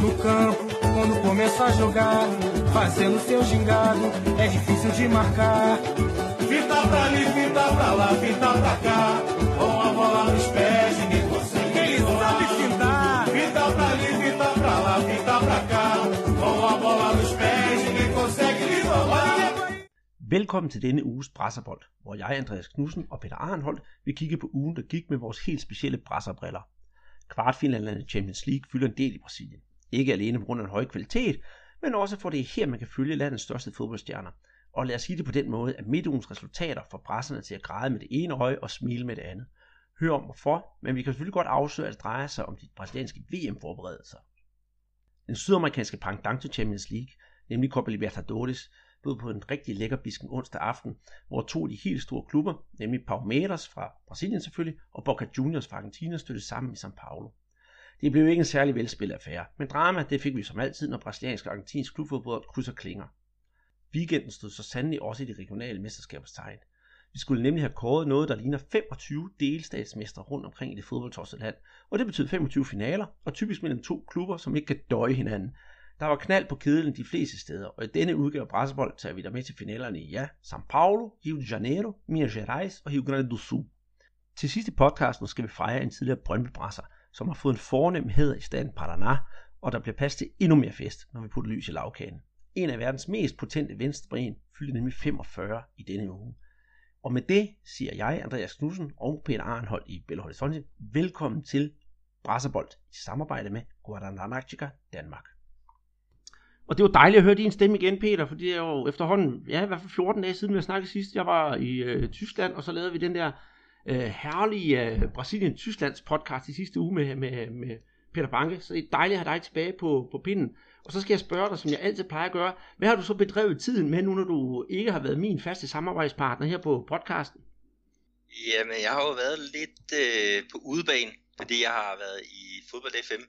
no campo, quando começa a jogar, fazendo seu gingado, é difícil de marcar. Fita pra ali, fita pra lá, fita pra cá, com a bola nos pés, ninguém consegue. Ele sabe fintar. Fita pra ali, fita pra lá, fita pra cá, com a bola nos pés, ninguém consegue lhe roubar. Velkommen til denne uges Brasserbold, hvor jeg, Andreas Knudsen og Peter Arnholdt vil kigge på ugen, der gik med vores helt specielle brasserbriller. Kvartfinalen i Champions League fylder en del i Brasilien. Ikke alene på grund af en høj kvalitet, men også for det er her, man kan følge landets største fodboldstjerner. Og lad os sige det på den måde, at midtugens resultater får brasserne til at græde med det ene øje og smile med det andet. Hør om hvorfor, men vi kan selvfølgelig godt afsløre, at det drejer sig om de brasilianske VM-forberedelser. Den sydamerikanske pendant til Champions League, nemlig Copa Libertadores, bød på en rigtig lækker bisken onsdag aften, hvor to af de helt store klubber, nemlig Palmeiras fra Brasilien selvfølgelig, og Boca Juniors fra Argentina støttede sammen i São Paulo. Det blev ikke en særlig velspillet affære, men drama det fik vi som altid, når brasiliansk og argentinsk klubfodbold krydser klinger. Weekenden stod så sandelig også i de regionale mesterskabers tegn. Vi skulle nemlig have kåret noget, der ligner 25 delstatsmestre rundt omkring i det fodboldtossede land, og det betød 25 finaler, og typisk mellem to klubber, som ikke kan døje hinanden. Der var knald på kedlen de fleste steder, og i denne udgave af Brasserbold tager vi der med til finalerne i São Paulo, Rio de Janeiro, Minas Gerais og Rio Grande do Sul. Til sidst i podcasten skal vi fejre en tidligere Brøndby-brasser, som har fået en fornem hæder i staden Paraná, og der bliver plads til endnu mere fest, når vi putter lys i lagkagen. En af verdens mest potente venstreben fyldte nemlig 45 i denne uge. Og med det siger jeg, Andreas Knudsen og Peter Arnholdt i Belo Horizonte, velkommen til Brasserbold i samarbejde med Guadalajara Danmark. Og det var dejligt at høre din stemme igen, Peter, for det er jo efterhånden, i hvert fald 14 dage siden vi har snakket sidst. Jeg var i Tyskland, og så lavede vi den der herlige Brasilien-Tysklands podcast i sidste uge med Peter Banke. Så det er dejligt at have dig tilbage på pinden. Og så skal jeg spørge dig, som jeg altid plejer at gøre, hvad har du så bedrevet tiden med nu, når du ikke har været min faste samarbejdspartner her på podcasten? Jamen, jeg har jo været lidt på udebane, fordi jeg har været i Fodbold FM.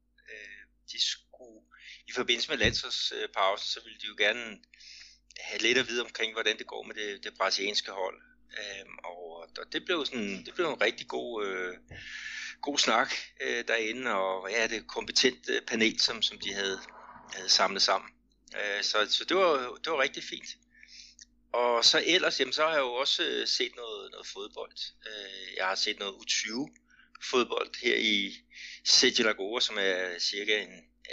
I forbindelse med landsholdspausen, så ville de jo gerne have lidt at vide omkring, hvordan det går med det brasilianske hold. Og det blev en rigtig god snak derinde, og det er kompetent panel, som de havde samlet sammen. Så det var rigtig fint. Og så ellers, så har jeg jo også set noget fodbold. Jeg har set noget U20 fodbold her i Sete Lagoas, som er cirka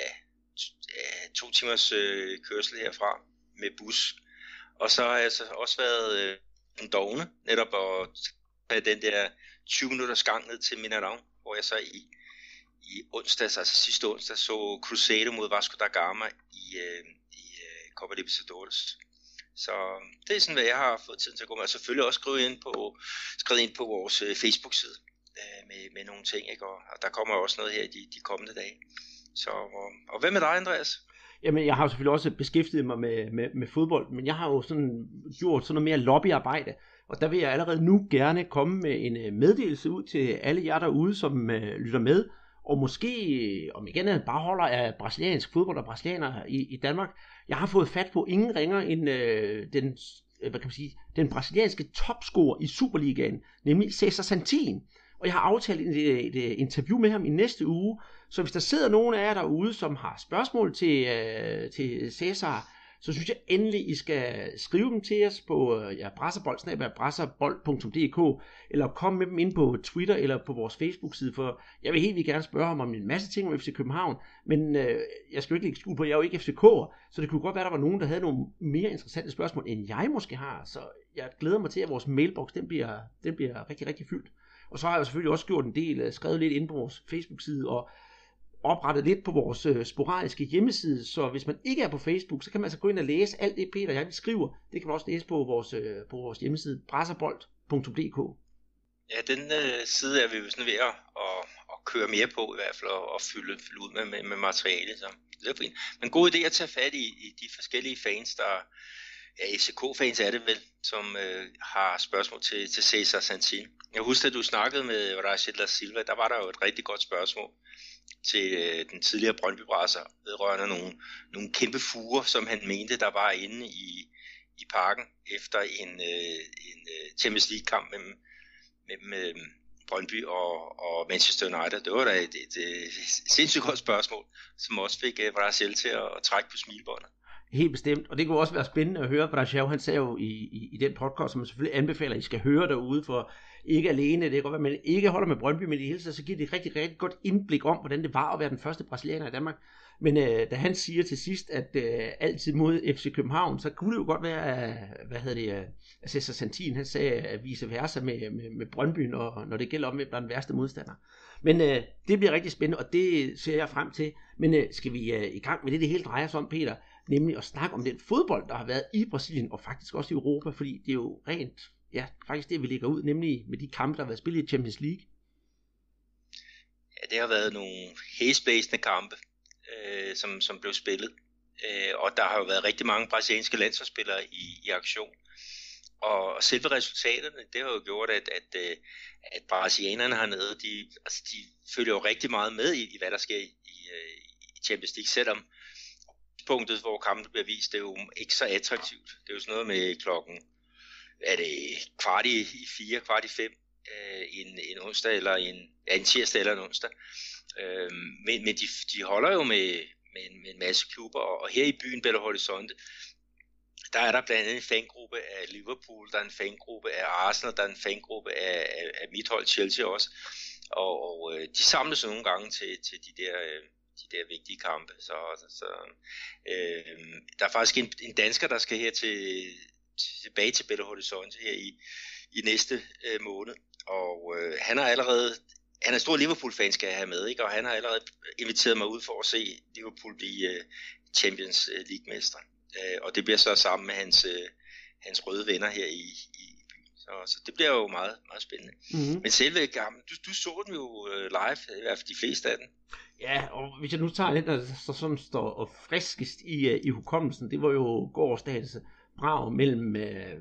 2 timers kørsel herfra med bus. Og så har jeg så også været en dogne, netop at tage den der 20 minutters gang ned til Mineirão, hvor jeg så i onsdags, altså sidste onsdag, så Cruzeiro mod Vasco da Gama i Copa Libertadores. Så det er sådan, hvad jeg har fået tid til at gå med. Og selvfølgelig også skrevet ind på vores Facebook-side med nogle ting, ikke? Og der kommer også noget her i de kommende dage. Så, og hvad med dig, Andreas? Jamen, jeg har jo selvfølgelig også beskæftiget mig med fodbold, men jeg har jo sådan gjort sådan noget mere lobbyarbejde, og der vil jeg allerede nu gerne komme med en meddelelse ud til alle jer derude, som lytter med, og måske, om igen bare holder af brasiliansk fodbold og brasilianere i Danmark. Jeg har fået fat på ingen ringer end den brasilianske topscorer i Superligaen, nemlig César Santin. Og jeg har aftalt et interview med ham i næste uge, så hvis der sidder nogen af jer derude, som har spørgsmål til Cæsar, så synes jeg endelig, I skal skrive dem til os på brasserbold.dk, eller komme med dem ind på Twitter eller på vores Facebook-side, for jeg vil helt vildt gerne spørge ham om en masse ting om FC København, men jeg skal jo ikke lægge skjul på, at jeg er jo ikke FCK'er, så det kunne godt være, at der var nogen, der havde nogle mere interessante spørgsmål, end jeg måske har, så jeg glæder mig til, at vores mailbox, den bliver rigtig, rigtig fyldt. Og så har jeg selvfølgelig også gjort en del, skrevet lidt ind på vores Facebook-side, og oprettet lidt på vores sporadiske hjemmeside, så hvis man ikke er på Facebook, så kan man altså gå ind og læse alt det, Peter og jeg skriver. Det kan man også læse på vores hjemmeside, brasserbold.dk. Ja, den side er vi jo sådan ved at køre mere på i hvert fald, og fylde ud med materiale. Så det er fint. Men god idé at tage fat i de forskellige fans, der FCK-fans er det vel, som har spørgsmål til César Santin. Jeg husker, at du snakkede med Rashid da Silva, der var der jo et rigtig godt spørgsmål til den tidligere Brøndby-brasser vedrørende nogle kæmpe fuger, som han mente, der var inde i parken efter en Champions League-kamp mellem Brøndby og Manchester United. Det var da et sindssygt godt spørgsmål, som også fik Brasil til at trække på smilebåndet. Helt bestemt, og det kunne også være spændende at høre. Brasil, han sagde jo i den podcast, som man selvfølgelig anbefaler, at I skal høre derude, for ikke alene, det kan godt være, at man ikke holder med Brøndby, men i det hele taget, så giver det et rigtig, rigtig godt indblik om, hvordan det var at være den første brasilianer i Danmark. Men da han siger til sidst, at altid mod FC København, så kunne det jo godt være, Cesar Santin, han sagde at vice versa med Brøndby, når det gælder om, hvem der er den værste modstander. Men det bliver rigtig spændende, og det ser jeg frem til. Men skal vi i gang med det hele drejer sig om, Peter, nemlig at snakke om den fodbold, der har været i Brasilien, og faktisk også i Europa, fordi det er jo rent, ja, faktisk det, vi lægger ud, nemlig med de kampe, der har været spillet i Champions League. Ja, det har været nogle hæsblæsende kampe, som blev spillet, og der har jo været rigtig mange brasilianske landsholdsspillere i aktion. Og selve resultaterne, det har jo gjort, at brasilianerne hernede, de følger jo rigtig meget med i hvad der sker i Champions League, selvom punktet, hvor kampen bliver vist, det er jo ikke så attraktivt. Det er jo sådan noget med klokken, er det 4:15, 4:45, en onsdag eller en tirsdag eller en onsdag. Men de holder jo med en masse klubber, og her i byen Belo Horizonte, der er der blandt andet en fangruppe af Liverpool, der er en fangruppe af Arsenal, der er en fangruppe af mit hold Chelsea også, og de samles nogle gange til de der vigtige kampe. Så der er faktisk en dansker, der skal her tilbage til Belo Horizonte her i næste måned, og han er stor Liverpool-fan, skal jeg have med, ikke? Og han har allerede inviteret mig ud for at se Liverpool blive Champions League-mestre. Og det bliver så sammen med hans røde venner her i byen. Så det bliver jo meget, meget spændende. Mm-hmm. Men selve kampen, du så den jo live, i hvert fald de fleste af den. Ja, og hvis jeg nu tager den, der som står friskest i hukommelsen, det var jo gårdsdagens brag mellem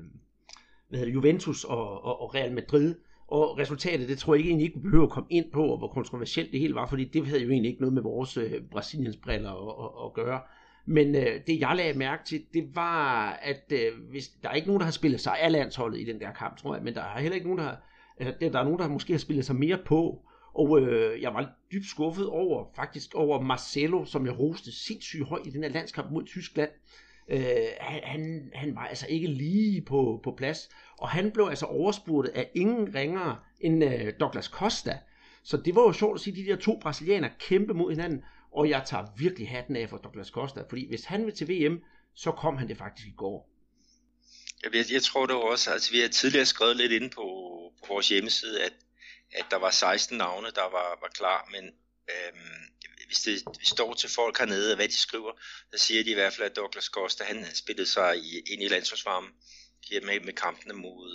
Juventus og Real Madrid. Og resultatet, det tror jeg egentlig ikke, vi behøver at komme ind på, og hvor kontroversielt det hele var, fordi det havde jo egentlig ikke noget med vores Brasiliens briller at gøre. Men det jeg lagde mærke til, det var, at hvis der er ikke nogen, der har spillet sig af landsholdet i den der kamp, tror jeg, men der er heller ikke nogen, der er nogen, der måske har spillet sig mere på. Og jeg var dybt skuffet over Marcelo, som jeg roste sindssygt højt i den her landskamp mod Tyskland. Han var altså ikke lige på plads, og han blev altså overspurtet af ingen ringere end Douglas Costa. Så det var jo sjovt at se de der to brasilianere kæmpe mod hinanden, og jeg tager virkelig hatten af for Douglas Costa, fordi hvis han vil til VM, så kom han det faktisk i går. Jeg tror det også, altså vi har tidligere skrevet lidt inde på vores hjemmeside, at der var 16 navne, der var klar, men hvis det står til folk hernede, hvad de skriver, så siger de i hvert fald, at Douglas Costa, han spillede sig ind i landsholdsvarmen her med kampene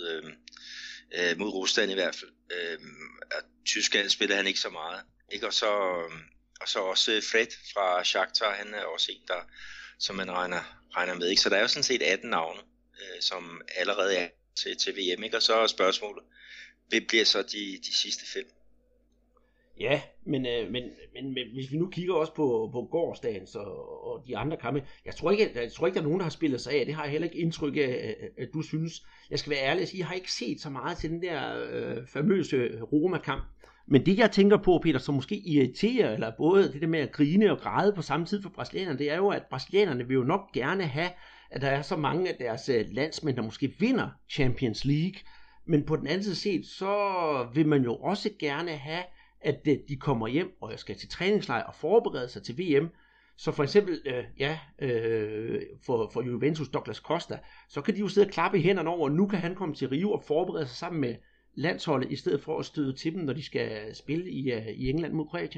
mod Rusland i hvert fald. Tyskland spillede han ikke så meget. Ikke? Og så også Fred fra Shakhtar, han er også en, som man regner med. Ikke? Så der er jo sådan set 18 navne, som allerede er til VM. Ikke? Og så er spørgsmålet, hvem bliver så de sidste 5? Ja, men hvis vi nu kigger også på gårdsdagens og de andre kampe, jeg tror ikke, der er nogen, der har spillet sig af. Det har jeg heller ikke indtryk af, at du synes. Jeg skal være ærlig og sige, jeg har ikke set så meget til den der famøse Roma-kamp. Men det jeg tænker på, Peter, som måske irriterer, eller både det der med at grine og græde på samme tid for brasilianerne, det er jo, at brasilianerne vil jo nok gerne have, at der er så mange af deres landsmænd, der måske vinder Champions League. Men på den anden side set, så vil man jo også gerne have, at de kommer hjem og skal til træningslejr og forberede sig til VM. Så for eksempel, for Juventus Douglas Costa, så kan de jo sidde og klappe i hænderne over, og nu kan han komme til Rio og forberede sig sammen med landsholdet, i stedet for at støde til dem, når de skal spille i England mod Kroatien.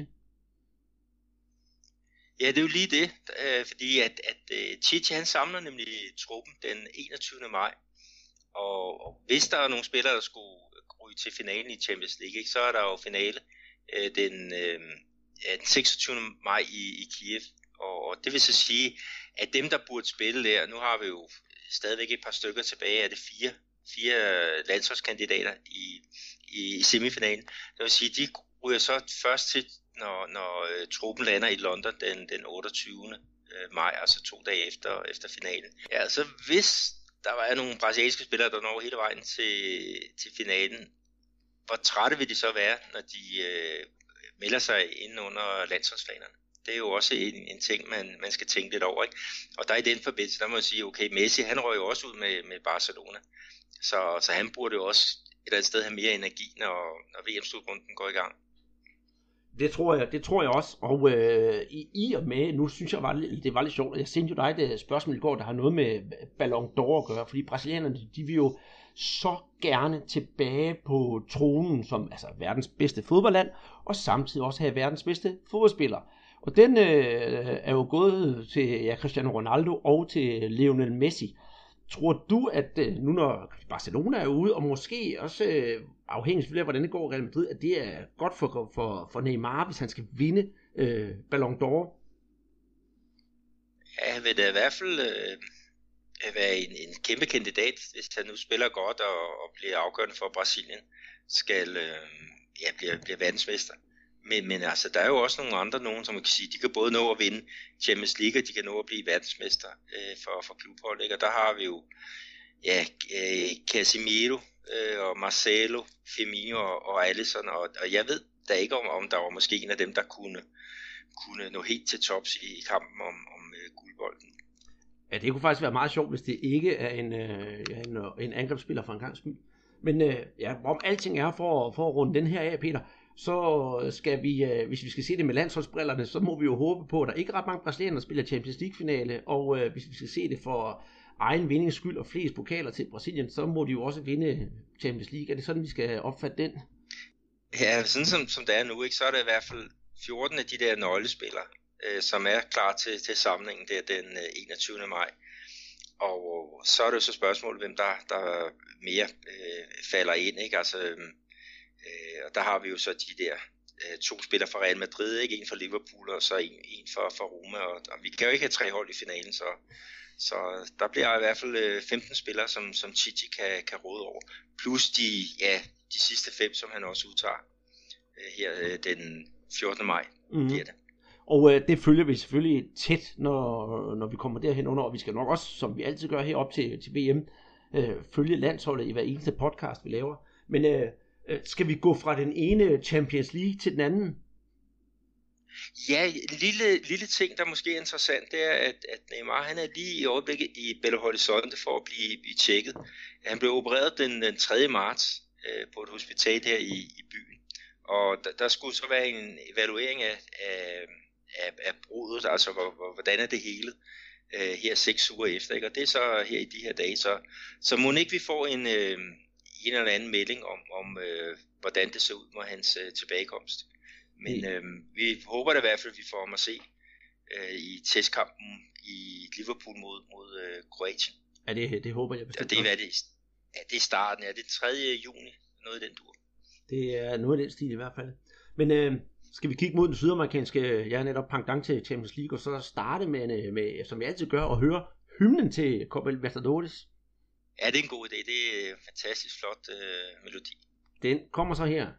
Ja, det er jo lige det, fordi at Tite, han samler nemlig truppen den 21. maj, og hvis der er nogle spillere, der skulle ryge til finalen i Champions League, ikke, så er der jo finale den 26. maj i Kiev, og det vil så sige, at dem, der burde spille der, nu har vi jo stadigvæk et par stykker tilbage, er det fire landsholdskandidater i semifinalen. Det vil sige, de ryger så først til, når truppen lander i London den 28. maj, altså 2 dage efter finalen. Ja, altså hvis der var nogle brasilianske spillere, der når hele vejen til finalen, hvor trætte vil de så være, når de melder sig ind under landsholdsfanerne? Det er jo også en ting, man skal tænke lidt over, ikke? Og der i den forbindelse, der må man sige, okay, Messi, han røg jo også ud med Barcelona. Så han burde jo også et eller andet sted have mere energi, når VM-slutrunden går i gang. Det tror jeg også, og i og med, nu synes jeg, det var lidt sjovt, jeg sendte jo dig et spørgsmål i går, der har noget med Ballon d'Or at gøre, fordi brasilianerne, de vil jo så gerne tilbage på tronen som altså verdens bedste fodboldland, og samtidig også have verdens bedste fodboldspiller. Og den er jo gået til Cristiano Ronaldo og til Lionel Messi. Tror du, at nu når Barcelona er ude, og måske også afhængigt selvfølgelig af, hvordan det går i Real Madrid, at det er godt for Neymar, hvis han skal vinde Ballon d'Or? Ja, han vil da i hvert fald være en kæmpe kandidat, hvis han nu spiller godt og bliver afgørende for Brasilien, skal blive verdensmester. Men altså, der er jo også nogle andre, som man kan sige, de kan både nå at vinde Champions League, og de kan nå at blive verdensmester for klubhold, ikke? Og der har vi jo Casemiro og Marcelo, Firmino og Alisson, og jeg ved da ikke om der var måske en af dem, der kunne nå helt til tops i kampen om guldbolden. Ja, det kunne faktisk være meget sjovt, hvis det ikke er en angrebsspiller for en gang skyld. Men om alting er for at runde den her af, Peter, så skal vi, hvis vi skal se det med landsholdsbrillerne, så må vi jo håbe på, at der ikke er ret mange brasilianere, der spiller Champions League-finale, og hvis vi skal se det for egen vindings skyld og flest pokaler til Brasilien, så må de jo også vinde Champions League. Er det sådan, vi skal opfatte den? Ja, sådan som det er nu, ikke, så er der i hvert fald 14 af de der nøglespillere, som er klar til samlingen der den 21. maj. Og så er det jo så spørgsmålet, hvem der mere falder ind, ikke? Altså, og der har vi jo så de der 2 spillere fra Real Madrid, ikke? En fra Liverpool og så en fra Roma, og vi kan jo ikke have 3 hold i finalen, så der bliver i hvert fald 15 spillere, som Tite kan råde over, plus de sidste 5, som han også udtager her den 14. maj. Bliver det. Og det følger vi selvfølgelig tæt, når vi kommer derhen under, og vi skal nok også, som vi altid gør herop til VM, følge landsholdet i hver eneste podcast, vi laver. Men skal vi gå fra den ene Champions League til den anden? Ja, lille ting, der måske er interessant, det er, at Neymar, han er lige i øjeblikket i Belo Horizonte for at blive tjekket. Han blev opereret den 3. marts på et hospital her i byen, og der skulle så være en evaluering af brudet, altså hvordan er det hele her 6 uger efter, ikke? Og det er så her i de her dage, så må ikke vi får en eller anden melding om hvordan det ser ud med hans tilbagekomst. Men vi håber da i hvert fald, at vi får ham at se i testkampen i Liverpool mod Kroatien. Ja, det håber jeg bestemt. Og det er starten, det er 3. juni, noget i den dur. Det er noget af den stil i hvert fald. Men skal vi kigge mod den sydamerikanske, netop pendant til Champions League, og så starte med som jeg altid gør, at høre hymnen til Copa Libertadores? Ja, det er en god idé. Det er en fantastisk flot melodi. Den kommer så her.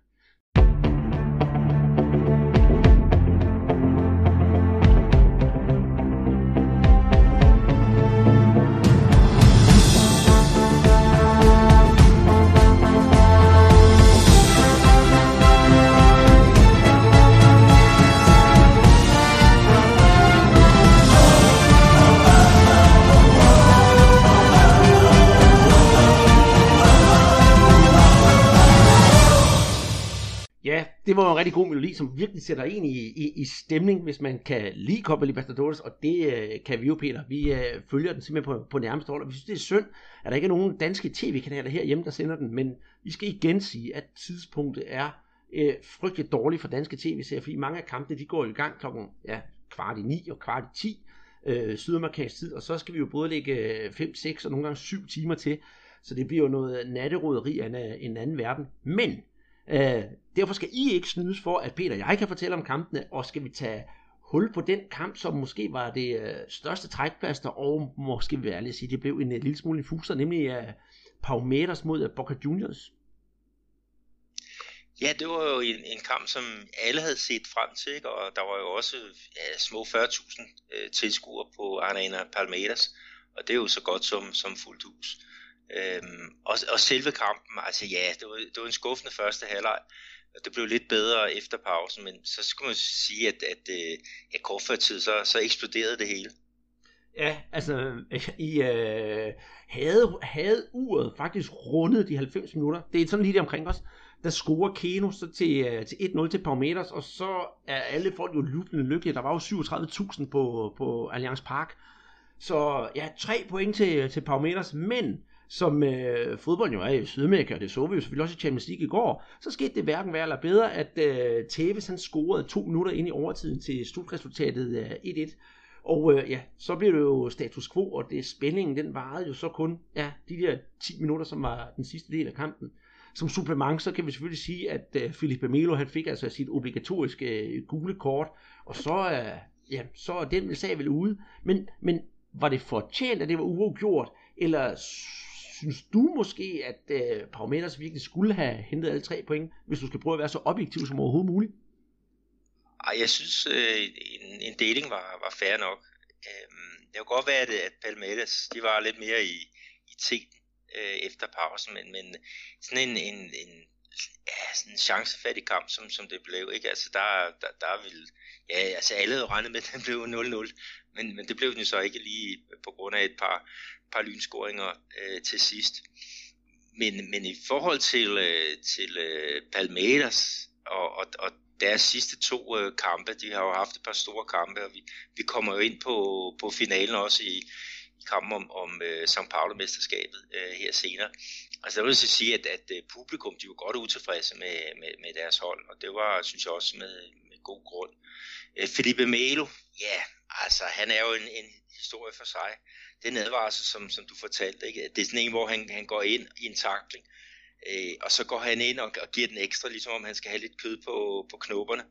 Ja, det var en rigtig god melodi, som virkelig sætter en i stemning, hvis man kan lide Copa Libertadores, og det kan vi jo, Peter. Vi følger den simpelthen på nærmeste hold, og vi synes, det er synd, at der ikke er nogen danske tv-kanaler herhjemme, der sender den, men vi skal igen sige, at tidspunktet er frygteligt dårligt for danske tv-serier, fordi mange af kampene, de går i gang klokken 8:45 og 10:15 sydamerikansk tid, og så skal vi jo både lægge 5, 6 og nogle gange 7 timer til, så det bliver jo noget natteroderi af en anden verden, men derfor skal I ikke snydes for, at Peter og jeg kan fortælle om kampene, og skal vi tage hul på den kamp, som måske var det største trækplaster, og måske vil jeg ærligt sige, det blev en lille smule infuser, nemlig Palmeiras mod Boca Juniors. Ja, det var jo en kamp, som alle havde set frem til, ikke? Og der var jo også små 40.000 tilskuere på Arena Palmeiras, og det er jo så godt som fuldt hus. Og selve kampen, altså ja, det var en skuffende første halvleg. Det blev lidt bedre efter pausen, men så skulle man sige, at kort før tid, så eksploderede det hele. Ja, altså, havde uret faktisk rundet de 90 minutter. Det er sådan lige der omkring os. Der scorer Keno så til 1-0 til Palmeiras, og så er alle folk jo jublende lykkelige. Der var jo 37.000 på Allianz Park. Så ja, 3 point til Palmeiras, men som fodbold jo er i Sydamerika, og det så vi jo selvfølgelig også i Champions League i går, så skete det hverken værre eller bedre, at Tevez han scorede 2 minutter ind i overtiden til slutresultatet 1-1. Og så blev det jo status quo, og spændingen den varede jo så kun de der 10 minutter, som var den sidste del af kampen. Som supplement, så kan vi selvfølgelig sige, at Felipe Melo han fik altså sit obligatoriske gule kort, og så er den sag vel ude. Men var det fortjent, at det var uafgjort, eller synes du måske, at Palmeiras virkelig skulle have hentet alle 3 point, hvis du skal prøve at være så objektiv som overhovedet muligt? Jeg synes, en deling var fair nok. Det kunne godt være, at Palmeiras de var lidt mere i teten efter pausen, men sådan en chancefattig kamp, som det blev, ikke? Altså der ville, altså alle havde regnet med, at den blev 0-0, men det blev den så ikke lige på grund af et par lynscoringer til sidst. Men i forhold til Palmeiras og deres sidste 2 kampe, de har jo haft et par store kampe, og vi kommer jo ind på finalen også i kampen om São Paulo-mesterskabet her senere. Altså der vil jeg sige, at publikum, de var godt utilfredse med deres hold, og det var, synes jeg også, med god grund. Felipe Melo, altså han er jo en historie for sig. Det er en advarsel, som du fortalte, ikke? Det er sådan en, hvor han går ind i en tackling, og så går han ind og giver den ekstra, ligesom om han skal have lidt kød på knopperne,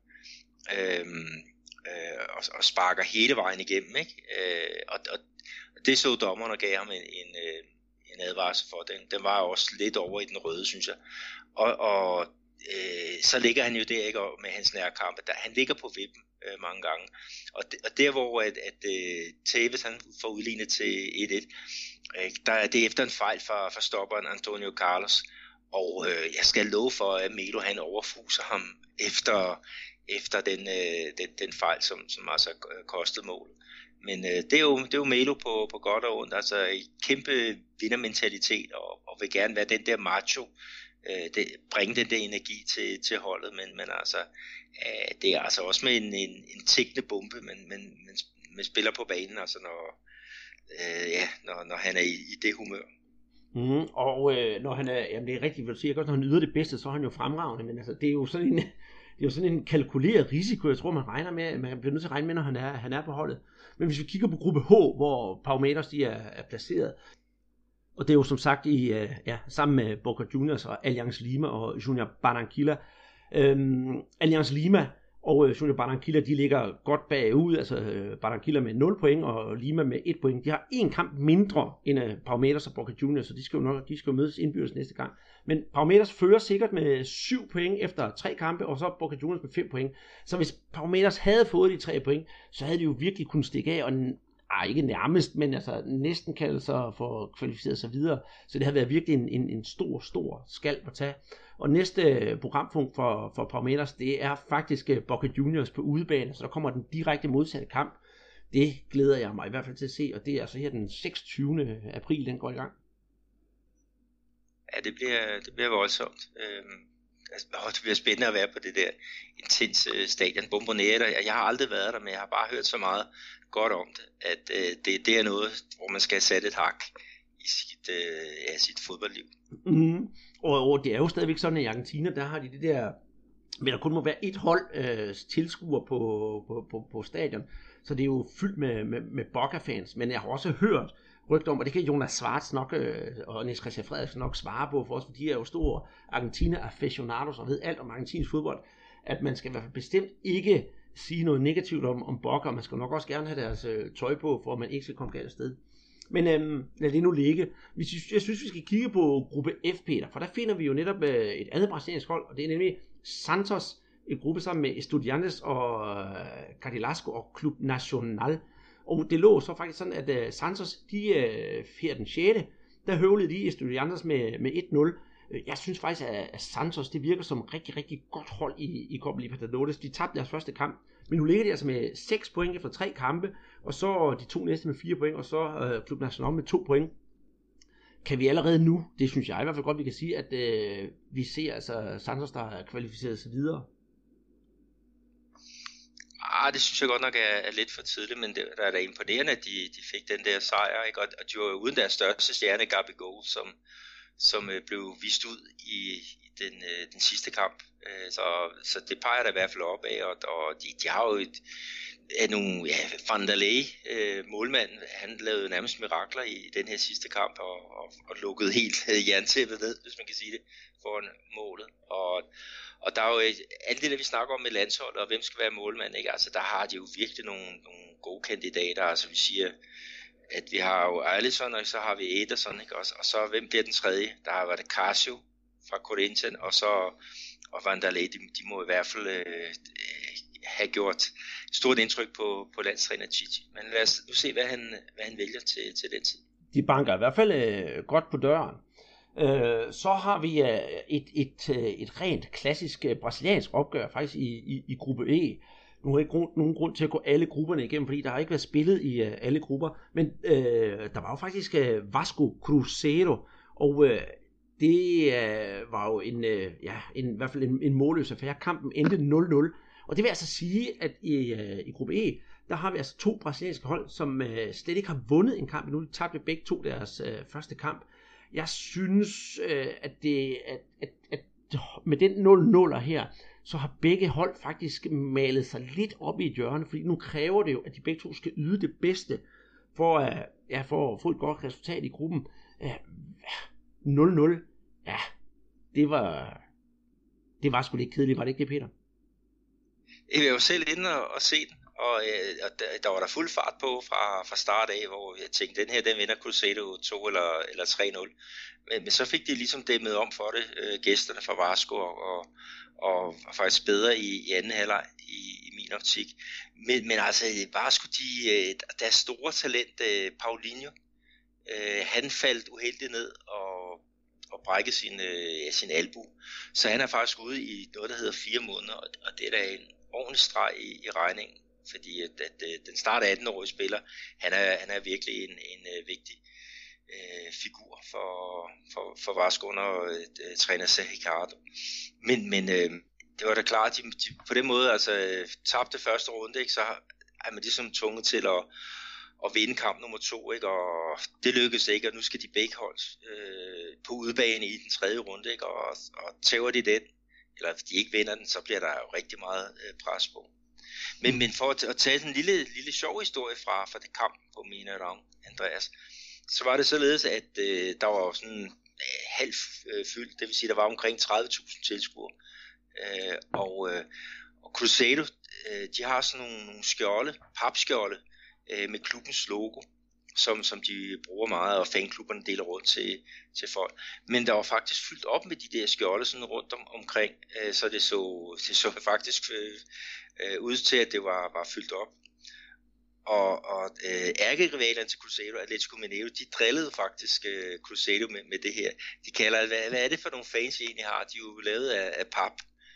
og sparker hele vejen igennem, ikke? Og det så dommeren og gav ham en advarsel for. Den var også lidt over i den røde, synes jeg. Og så ligger han jo der, ikke, med hans nærkampe. Han ligger på vippen mange gange. Og der hvor Tevez han får udlignet til 1-1, der er det efter en fejl fra stopperen Antonio Carlos. Og jeg skal love for, at Melo han overfuser ham efter den fejl, som altså kostede målet. Men det er jo Melo på godt og ondt, altså en kæmpe vindermentalitet, og vil gerne være den der macho, bringe den der energi til holdet, men altså, det er altså også med en tikkende bombe, man spiller på banen, altså når han er i det humør. Og når han er, jamen det er rigtigt, vil du sige, når han yder det bedste, så er han jo fremragende, men altså, det er jo sådan en kalkuleret risiko, jeg tror man bliver nødt til at regne med, når han er på holdet. Men hvis vi kigger på gruppe H, hvor Palmeiras de er placeret, og det er jo som sagt sammen med Boca Juniors og Allianz Lima og Junior Barranquilla. Allianz Lima og Junior Barranquilla, de ligger godt bagud, altså Barranquilla med 0 point og Lima med 1 point. De har 1 kamp mindre end Palmeiras og Boca Juniors, så de skal jo mødes indbyrdes næste gang. Men Palmeiras fører sikkert med 7 point efter 3 kampe, og så Boca Juniors med 5 point. Så hvis Palmeiras havde fået de 3 point, så havde de jo virkelig kunnet stikke af, og ikke nærmest, men altså næsten kalde sig for kvalificeret sig videre. Så det havde været virkelig en stor skalp at tage. Og næste programpunkt for Palmeiras, det er faktisk Boca Juniors på udebane, så der kommer den direkte modsatte kamp. Det glæder jeg mig i hvert fald til at se, og det er altså her den 26. april, den går i gang. Ja, det bliver voldsomt. Det bliver spændende at være på det der intens stadion Bombonera. Jeg har aldrig været der, men jeg har bare hørt så meget godt om det, at det er noget, hvor man skal sætte et hak i sit fodboldliv. Og det er jo stadigvæk sådan, at i Argentina, der har de det der, men der kun må være et hold tilskuer på stadion, så det er jo fyldt med Boca-fans, men jeg har også hørt rygter om, og det kan Jonas Schwartz nok og Niels Christian Frederiksen nok svare på for os, for de er jo store Argentina-aficionados og ved alt om argentinsk fodbold, at man skal i hvert fald bestemt ikke sige noget negativt om Boca, og man skal nok også gerne have deres tøj på, for at man ikke skal komme galt afsted. Men lad det nu ligge. Jeg synes, vi skal kigge på gruppe F, Peter, for der finder vi jo netop et andet brasiliansk hold, og det er nemlig Santos, en gruppe sammen med Estudiantes og Cardilasco og Club Nacional. Og det lå så faktisk sådan, at Santos, de her den 6. der høvlede de Estudiantes med 1-0. Jeg synes faktisk, at Santos, det virker som rigtig, rigtig godt hold i Copa Libertadores. De tabte deres første kamp, men nu ligger de altså med 6 point efter 3 kampe, og så de 2 næste med 4 point, og så Club Nacional med 2 point. Kan vi allerede nu, det synes jeg i hvert fald godt, vi kan sige, at vi ser altså Santos, der har kvalificeret sig videre? Det synes jeg godt nok er lidt for tidligt, men det er da imponerende, at de fik den der sejr, ikke? Og de var uden deres største stjerne, Gabigol, som blev vist ud i den sidste kamp. Så det peger der i hvert fald op af, og de har jo nogle, Van der Ley, målmanden, han lavede nærmest mirakler i den her sidste kamp, og lukkede helt jerntæppet ned, hvis man kan sige det, foran målet. Og der er jo alt det, der vi snakker om med landsholdet, og hvem skal være målmand, ikke? Altså, der har de jo virkelig nogle gode kandidater. Altså, vi siger, at vi har jo Alisson, og så har vi Ederson, ikke? Og så, hvem bliver den tredje? Der har været Casio fra Corinthians, og Van der Ley, de må i hvert fald have gjort stort indtryk på landstræner Tite. Men lad os nu se, hvad han vælger til den tid. De banker i hvert fald godt på døren. Så har vi et rent klassisk brasiliansk opgør faktisk i gruppe E. Nu har ikke nogen grund til at gå alle grupperne igennem, fordi der har ikke været spillet i alle grupper. Men der var jo faktisk Vasco Cruzeiro, og det var jo i hvert fald en målløs affære. Kampen endte 0-0. Og det vil altså sige, at i gruppe E, der har vi altså 2 brasilianske hold, som slet ikke har vundet en kamp endnu. De tabte begge 2 deres første kamp. Jeg synes, at med den 0-0'er her, så har begge hold faktisk malet sig lidt op i et hjørne, fordi nu kræver det jo, at de begge 2 skal yde det bedste for at få et godt resultat i gruppen. 0-0, det var sgu lidt kedeligt, var det ikke det, Peter? Jeg var selv inde og se den, og der var der fuld fart på fra start af, hvor jeg tænkte, den vinder Cruzeiro 2 eller 3-0. Men så fik de ligesom dæmmet om for det, gæsterne fra Vasco, og faktisk bedre i anden halvleg i min optik. Men altså, Vasco, deres store talent, Paulinho, han faldt uheldigt ned og brækkede sin albu. Så han er faktisk ude i noget, der hedder 4 måneder, og det er da en ordentlig streg i regningen, fordi at den start 18-årige spiller, han er virkelig en vigtig figur for Vasco under træner Sergio Ricardo. Men det var da klart, de på den måde altså tabte første runde, ikke, så er man ligesom tvunget til at vinde kamp nummer 2, ikke, og det lykkedes ikke, og nu skal de begge hold på udebane i den tredje runde, ikke, og tæver de den, eller hvis de ikke vinder den, så bliver der jo rigtig meget pres på. Men for at tage sådan en lille sjov historie fra det kamp på Mineirão, Andreas, så var det således, at der var sådan halvt fyldt, det vil sige, der var omkring 30.000 tilskuere. Og Cruzeiro, de har sådan nogle skjolde, papskjolde, med klubbens logo, som de bruger meget, og fanklubberne deler rundt til folk. Men der var faktisk fyldt op med de der skjolde sådan rundt omkring, så det så faktisk ud til, at det var fyldt op. Og ærkerivalerne til Cruzeiro, Atlético Mineiro, de drillede faktisk Cruzeiro med det her. De kalder, hvad er det for nogle fans, I egentlig har? De er jo lavet af pap.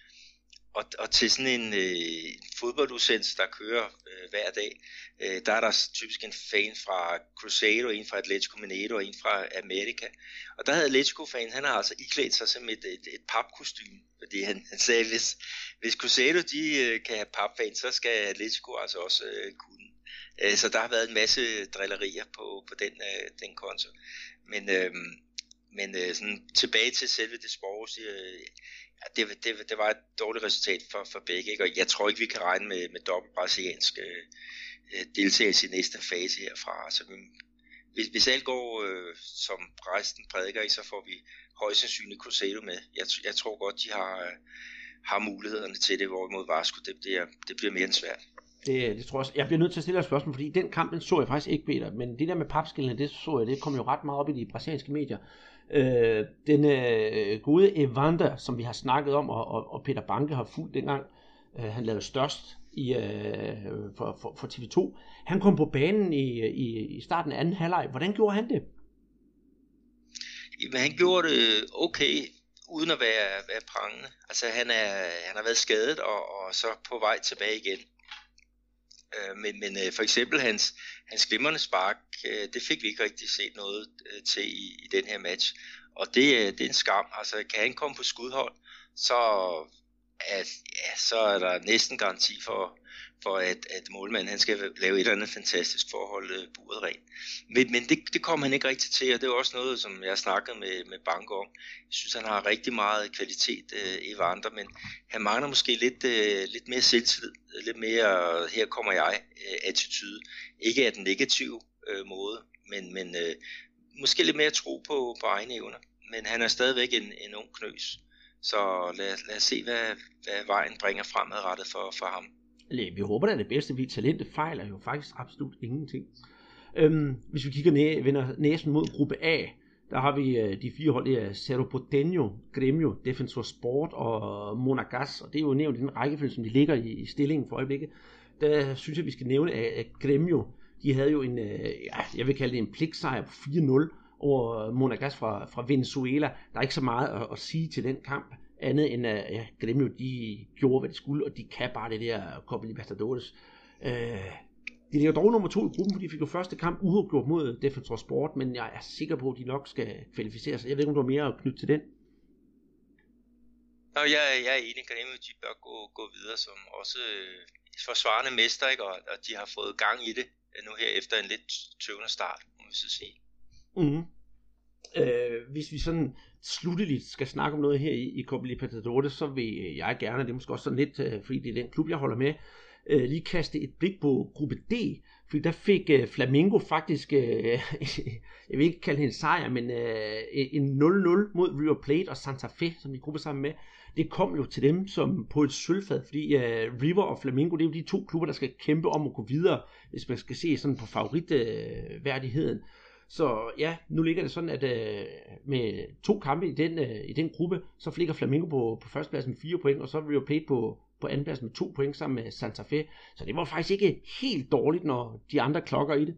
Og til sådan en fodboldudsendelse, der kører hver dag, der er der typisk en fan fra Cruzeiro, en fra Atlético Mineiro og en fra Amerika. Og der havde Atlético-fan, han har altså iklædt sig som et papkostyme, fordi han sagde, hvis Cruzeiro de kan have papfans, så skal Atlético altså også kunne. Så der har været en masse drillerier på den konto. Men sådan tilbage til selve det sports, det var et dårligt resultat for begge, ikke? Og jeg tror ikke, vi kan regne med dobbelt brasiliansk deltagelse i næste fase herfra. Altså, hvis alt går som resten prædiker, så får vi højst sandsynligt Cruzeiro med. Jeg tror godt, de har mulighederne til det, hvorimod Vasco, det bliver mere end svært. Det tror jeg også. Jeg bliver nødt til at stille et spørgsmål, fordi den kamp, den så jeg faktisk ikke, Peter, men det der med papskillene, det kom jo ret meget op i de brasilianske medier. Den gode Evander, som vi har snakket om, og Peter Banke har fulgt dengang, han lavede størst for TV2. Han kom på banen i starten af anden halvleg. Hvordan gjorde han det? men han gjorde det okay, uden at være prangende. Altså han har været skadet og så på vej tilbage igen. Men for eksempel hans glimrende spark, det fik vi ikke rigtig set noget til i den her match. Og det er en skam. Altså kan han komme på skudhold, så er der næsten garanti for at målmanden han skal lave et eller andet fantastisk for at holde buret rent. Men det kom han ikke rigtig til, og det er også noget, som jeg snakkede med Banke om. Jeg synes, han har rigtig meget kvalitet i Evander, men han mangler måske lidt mere selvtillid, lidt mere her kommer jeg attitude. Ikke af den negative måde, men måske lidt mere tro på egne evner. Men han er stadigvæk en ung knøs. Så lad os se, hvad vejen bringer fremadrettet for ham. Vi håber da det bedste, fordi talentet fejler jo faktisk absolut ingenting. Hvis vi vender næsen mod gruppe A, der har vi de 4 hold, det er Cerro Porteño, Gremio, Defensor Sport og Monagas, og det er jo nævnt i den rækkefølge, som de ligger i stillingen for øjeblikket. Der synes jeg, vi skal nævne, at Gremio, de havde jo jeg vil kalde det en pligtsejr på 4-0 over Monagas fra Venezuela. Der er ikke så meget at sige til den kamp, andet end at Gremio, de gjorde, hvad de skulle, og de kan bare det der Copa Libertadores. De ligger dog nummer 2 i gruppen, fordi de fik jo første kamp uafgjort mod Defensor Sport, men jeg er sikker på, at de nok skal kvalificere sig. Jeg ved ikke, om du har mere at knytte til den? Nå, jeg er enig, Gremio, de bør gå videre som også forsvarende mester, ikke? Og de har fået gang i det nu her efter en lidt tøvende start, må vi så sige. Mm-hmm. Hvis vi sådan slutteligt skal snakke om noget her i Copa Libertadores, så vil jeg gerne, det er måske også sådan lidt, fordi det er den klub, jeg holder med, lige kaste et blik på gruppe D, fordi der fik Flamengo faktisk, jeg vil ikke kalde det en sejr, men en 0-0 mod River Plate og Santa Fe, som de gruppe sammen med. Det kom jo til dem som på et sølvfad, fordi River og Flamengo, det er jo de 2 klubber, der skal kæmpe om at gå videre, hvis man skal se sådan på favoritværdigheden. Så ja, nu ligger det sådan, at med 2 kampe i den gruppe, så ligger Flamengo på førstepladsen med 4 point, og så er River Plate på andenpladsen med 2 point sammen med Santa Fe. Så det var faktisk ikke helt dårligt, når de andre klokker i det.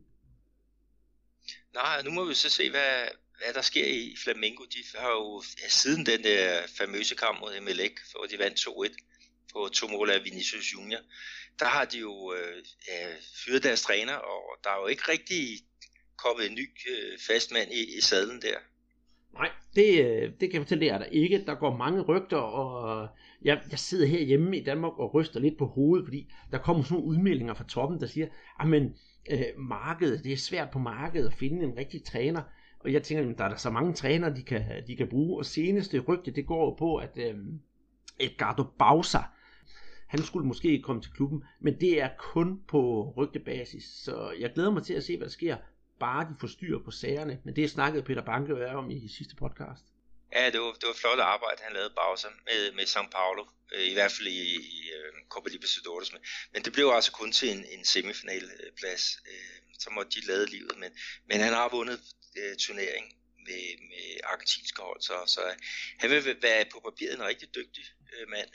Nej, nu må vi så se, hvad der sker i Flamengo. De har jo siden den der famøse kamp mod Emelec, hvor de vandt 2-1 på 2 mål af Vinicius Junior, der har de jo fyret deres træner, og der er jo ikke rigtig kommet en ny fastmand i sadlen der. Nej, det kan jeg fortælle jer der ikke. Der går mange rygter, og jeg sidder her hjemme i Danmark og ryster lidt på hovedet, fordi der kommer sådan nogle udmeldinger fra toppen, der siger, men markedet, det er svært på markedet at finde en rigtig træner. Og jeg tænker, der er der så mange trænere, de kan bruge. Og seneste rygte, det går jo på, at Edgardo Bauza, han skulle måske komme til klubben, men det er kun på rygtebasis. Så jeg glæder mig til at se, hvad der sker, bare de får styr på sagerne. Men det snakkede Peter Banke om i sidste podcast. Ja, det var flot arbejde, han lavede Bauza med São Paulo, i hvert fald i Copa Libertadores. Men det blev altså kun til en semifinalplads, så måtte de lade livet. Men han har vundet turnering med argentinske hold, så han vil være på papiret en rigtig dygtig mand.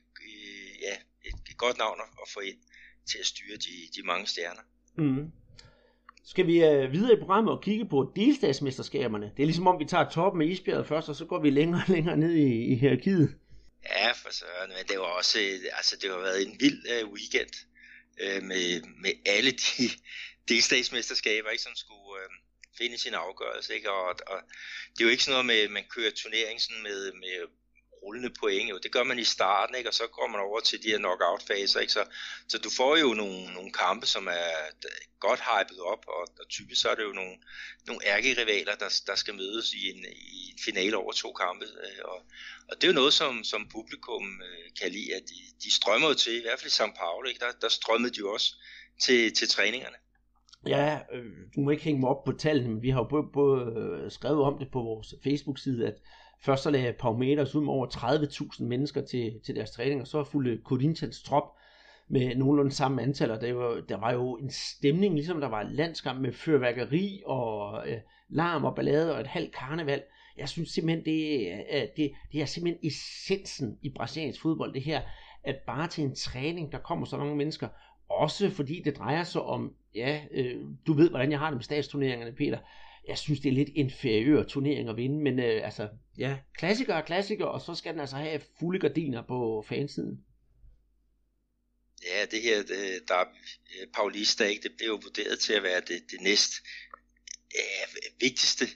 Et godt navn at få ind til at styre de mange stjerner. Mm. Skal vi videre i programmet og kigge på delstatsmesterskaberne? Det er ligesom om vi tager toppen af isbjerget først, og så går vi længere og længere ned i hierarkiet. Ja, for søren, men det var også, det har været en vild weekend med alle de delstatsmesterskaber, ikke, som skulle finde sin afgørelse, ikke? Og det er jo ikke sådan noget med, at man kører turnering sådan med rullende point, jo. Det gør man i starten, ikke? Og så går man over til de her knockout-faser, ikke? Så du får jo nogle kampe, som er godt hypet op, og typisk så er det jo nogle ærkerivaler, der skal mødes i en finale over 2 kampe, og det er jo noget, som publikum kan lide, at de strømmer til, i hvert fald i São Paulo, ikke? Der strømmede de jo også til træningerne. Ja, du må ikke hænge mig op på tallene, men vi har jo både skrevet om det på vores Facebook-side, at først så lagde Palmeiras ud med over 30.000 mennesker til deres træning, og så fulgte Corinthians trop med nogenlunde samme antal, og der var jo en stemning, ligesom der var en landskamp med fyrværkeri og larm og ballade og et halvt karneval. Jeg synes simpelthen, det er simpelthen essensen i brasiliansk fodbold, det her, at bare til en træning, der kommer så mange mennesker, også fordi det drejer sig om, du ved, hvordan jeg har det med statsturneringerne, Peter. jeg synes, det er lidt inferiør turnering at vinde, men altså, ja, klassiker, og så skal den altså have fulde gardiner på fansiden. Ja, det her Derby Paulista, ikke, det blev jo vurderet til at være det næst vigtigste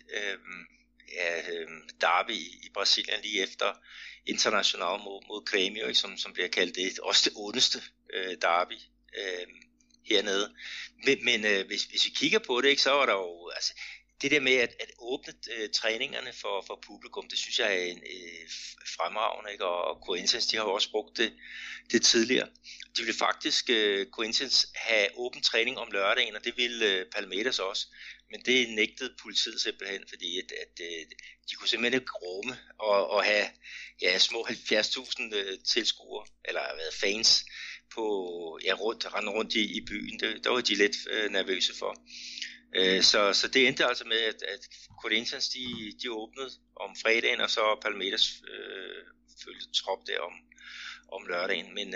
derby i Brasilien lige efter Internacional mod Grêmio, ikke, som bliver kaldt det også det ondeste derby hernede. Men hvis vi kigger på det, ikke, så var der jo altså det der med at åbne træningerne for publikum, det synes jeg er fremragende, ikke? Og Corinthians, de har jo også brugt det tidligere. De ville faktisk, Corinthians, have åben træning om lørdagen, og det ville Palmeiras også. Men det nægtede politiet simpelthen, fordi at de kunne simpelthen ikke rumme og have små 70.000 tilskuere, eller fans, på rende rundt i byen. Der var de lidt nervøse for. Så det endte altså med, at Corinthians de åbnede om fredagen, og så Palmeiras følte trop der om lørdagen. Men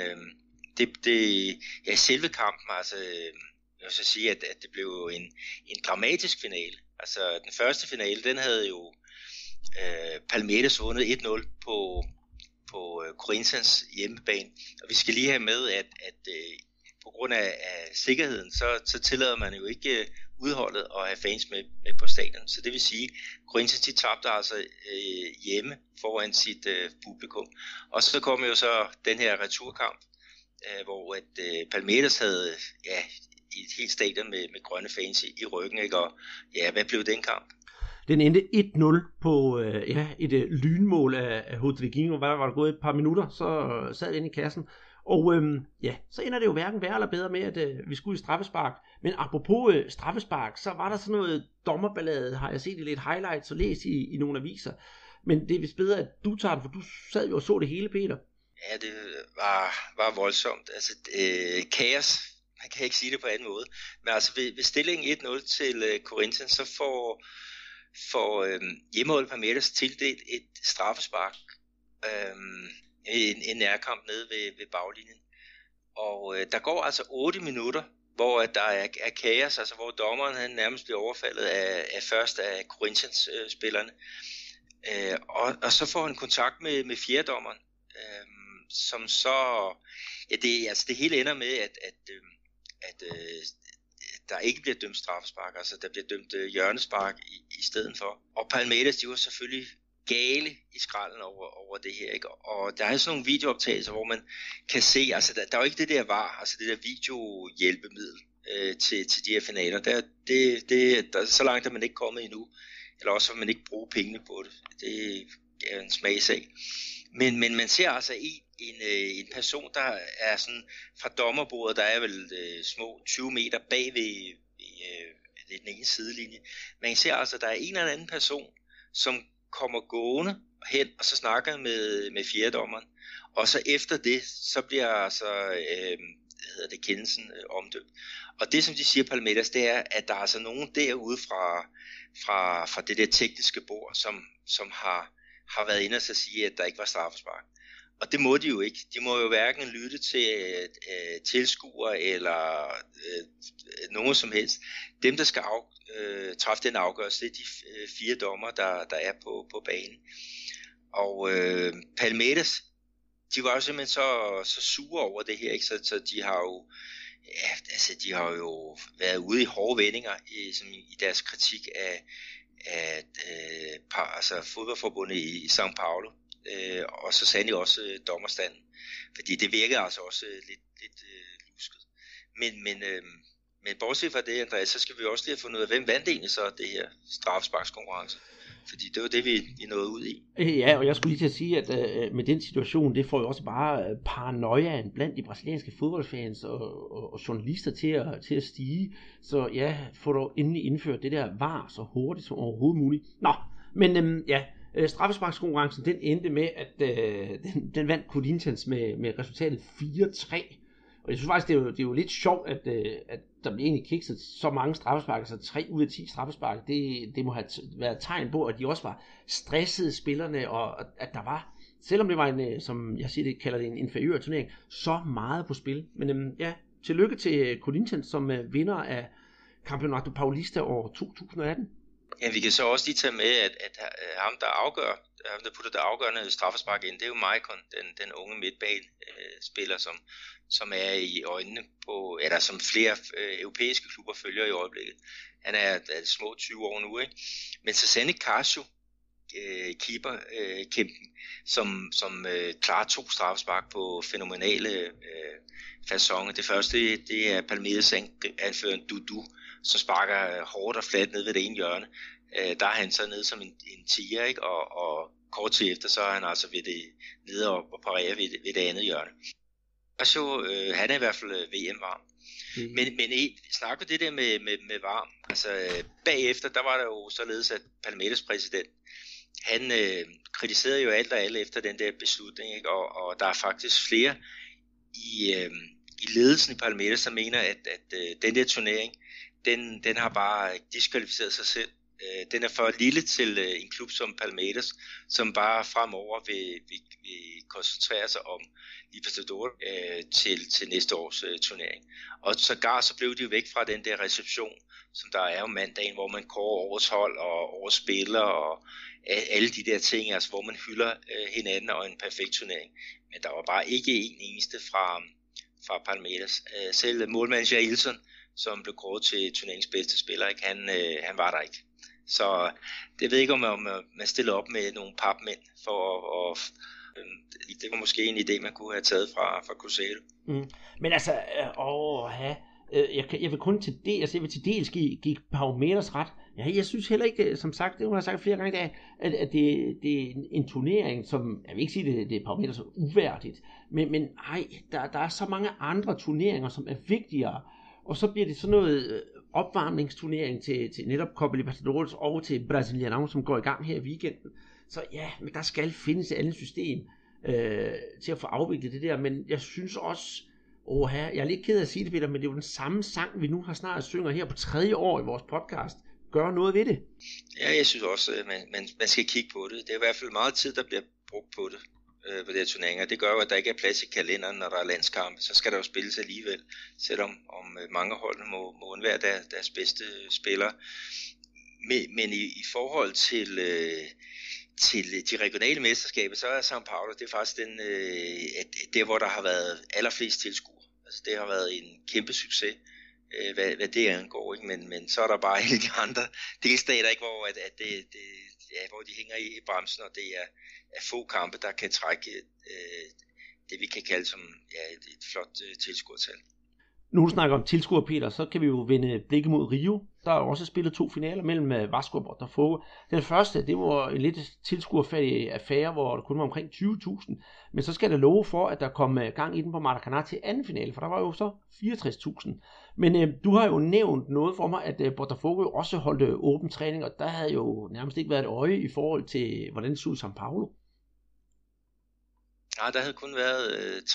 selve kampen, altså, jeg vil så sige, at det blev en dramatisk finale. Altså den første finale, den havde jo Palmeiras vundet 1-0 på Corinthians hjemmebane. Og vi skal lige have med, at på grund af sikkerheden, så tillader man jo ikke udholdet at have fans med på stadion. Så det vil sige, Corinthians de tabte altså hjemme foran sit publikum. Og så kom jo så den her returkamp, hvor at Palmeiras havde et helt stadion med grønne fans i ryggen, ikke? Og hvad blev den kamp? Den endte 1-0 på et lynmål af Rodriguinho. Var der gået et par minutter, så sad den i kassen. Og så ender det jo hverken værre eller bedre med, at vi skulle i straffespark. Men apropos straffespark, så var der sådan noget dommerballade, har jeg set i lidt highlights og læst i nogle aviser. Men det er vist bedre, at du tager det, for du sad jo og så det hele, Peter. Ja, det var voldsomt. Altså, kaos. Man kan ikke sige det på anden måde. Men altså ved stillingen 1-0 til Corinthians, så får hjemmeholdet Palmeiras tildelt et straffespark. En nærkamp nede ved baglinjen. Og der går altså 8 minutter, hvor der er kaos, altså hvor dommeren han nærmest bliver overfaldet af først af Corinthians spillerne. Og så får han kontakt med fjerdommeren, som så det hele ender med at der ikke bliver dømt straffespark, altså der bliver dømt hjørnespark i stedet for. Og Palmeiras, de var selvfølgelig gale i skralden over det her, ikke? Og der er sådan nogle videooptagelser, hvor man kan se, altså der er jo ikke det der VAR, altså det der videohjælpemiddel til de her finaler. Der så langt er man ikke kommet endnu, eller også vil man ikke bruge pengene på det. Det er en smagsag. Men man ser altså en person, der er sådan fra dommerbordet, der er vel små 20 meter bag ved den ene sidelinje. Man ser altså, der er en eller anden person, som kommer gående hen, og så snakker med fjerdommeren. Og så efter det, så bliver altså kendelsen omdømt. Og det, som de siger Palmeiras, det er, at der er altså nogen derude fra det der tekniske bord, som har været inde og så sige, at der ikke var straffespark. Og det må de jo ikke. De må jo hverken lytte til tilskuere eller nogen som helst. Dem, der skal træffe den afgørelse, det er de 4 dommer, der er på banen. Og Palmeiras, de var jo simpelthen så sure over det her, ikke? Så de har jo de har jo været ude i hårde vendinger i deres kritik af fodboldforbundet i São Paulo. Og så sandelig også dommerstanden, fordi det virker altså også lidt lusket. Men bortset fra det, Andreas, så skal vi også lige have fundet ud af, hvem vandt egentlig så det her straffesparkskonkurrence. Fordi det var det, vi nåede ud i. Ja, og jeg skulle lige til at sige, at med den situation, det får jo også bare paranoiaen blandt de brasilianske fodboldfans og journalister til at stige. Så ja, få dog endelig indført det der VAR så hurtigt som overhovedet muligt. Nå, men straffesparkskonkurrencen, den endte med, at den vandt Corinthians med resultatet 4-3. Og jeg synes faktisk, det er jo lidt sjovt, at der blev egentlig kikset så mange straffespark, altså 3 ud af 10 straffespark. Det må have været et tegn på, at de også var stressede spillerne, og at der var, selvom det var en, som jeg siger, det kalder det en inferiør turnering, så meget på spil. Men tillykke til Corinthians som vinder af Campeonato Paulista år 2018. Ja, vi kan så også lige tage med, at ham, der putter det afgørende straffespark ind, det er jo Maicon, den unge midtbanespiller, som er i øjnene på, eller som flere europæiske klubber følger i øjeblikket. Han er små 20 år nu, ikke? Men så Sani Casio, keeperkæmpen, som klarer 2 straffespark på fænomenale façoner. Det første, det er Palmeiras anføreren Dudu, som sparker hårdt og fladt ned ved det ene hjørne. Der er han så nede som en tiger, ikke? Og kort tid efter, så er han altså ved det nede og parerer ved det andet hjørne. Og så han er i hvert fald VM-varm. Men snak med det der med varm. Altså bagefter, der var der jo således, at Palmeiras præsident, han kritiserede jo alt og alle efter den der beslutning, ikke? Og der er faktisk flere i ledelsen i Palmeiras, som mener, at den der turnering, den har bare diskvalificeret sig selv. Den er for lille til en klub som Palmeiras, som bare fremover vil koncentrere sig om Libertadores til næste års turnering. Og sågar så blev de jo væk fra den der reception, som der er om mandagen, hvor man kårer årets hold og årets spiller og alle de der ting, altså hvor man hylder hinanden og en perfekt turnering. Men der var bare ikke en eneste fra Palmeiras. Selv målmanden Jailson, som blev kåret til turneringens bedste spiller, ikke? Han var der ikke. Så det ved ikke, om man stiller op med nogle papmænd for det var måske en idé, man kunne have taget fra Cruzeiro. Men altså, jeg vil kun til det, altså jeg vil til dels give Palmeiras ret. Ja, jeg synes heller ikke, som sagt, det har jeg sagt flere gange, at det er en turnering, som, jeg vil ikke sige, det er Palmeiras uværdigt, men der er så mange andre turneringer, som er vigtigere, og så bliver det sådan noget opvarmningsturnering til netop Copa Libertadores og til Brasilianão, som går i gang her i weekenden. Så ja, men der skal findes et andet system til at få afviklet det der, men jeg synes også, jeg er lidt ked af at sige det, Peter, men det er jo den samme sang, vi nu har snart synger her på 3. år i vores podcast. Gør noget ved det. Ja, jeg synes også, at man skal kigge på det. Det er i hvert fald meget tid, der bliver brugt på det. På de her turneringer. Det gør jo, at der ikke er plads i kalenderen, når der er landskampe. Så skal der jo spilles alligevel, selvom mange holdene må undvære deres bedste spillere. Men i forhold til de regionale mesterskaber, så er São Paulo, det er faktisk det, hvor der har været allerflest tilskuere. Altså det har været en kæmpe succes, hvad det angår, ikke? Men så er der bare alle de andre delstater, ikke? Hvor de hænger i bremsen, og det er få kampe, der kan trække det, vi kan kalde som et flot tilskuertal. Nu du snakker om tilskuer, Peter, så kan vi jo vende blikket mod Rio. Der er også spillet 2 finaler mellem Vasco og Botafogo. Den første, det var en lidt tilskuerfattig affære, hvor der kun var omkring 20.000. Men så skal der love for, at der kom gang i den på Maracanã til anden finale, for der var jo så 64.000. Men du har jo nævnt noget for mig, at Botafogo også holdt åben træning, og der havde jo nærmest ikke været et øje i forhold til, hvordan det så ud i São Paulo. Nej, der havde kun været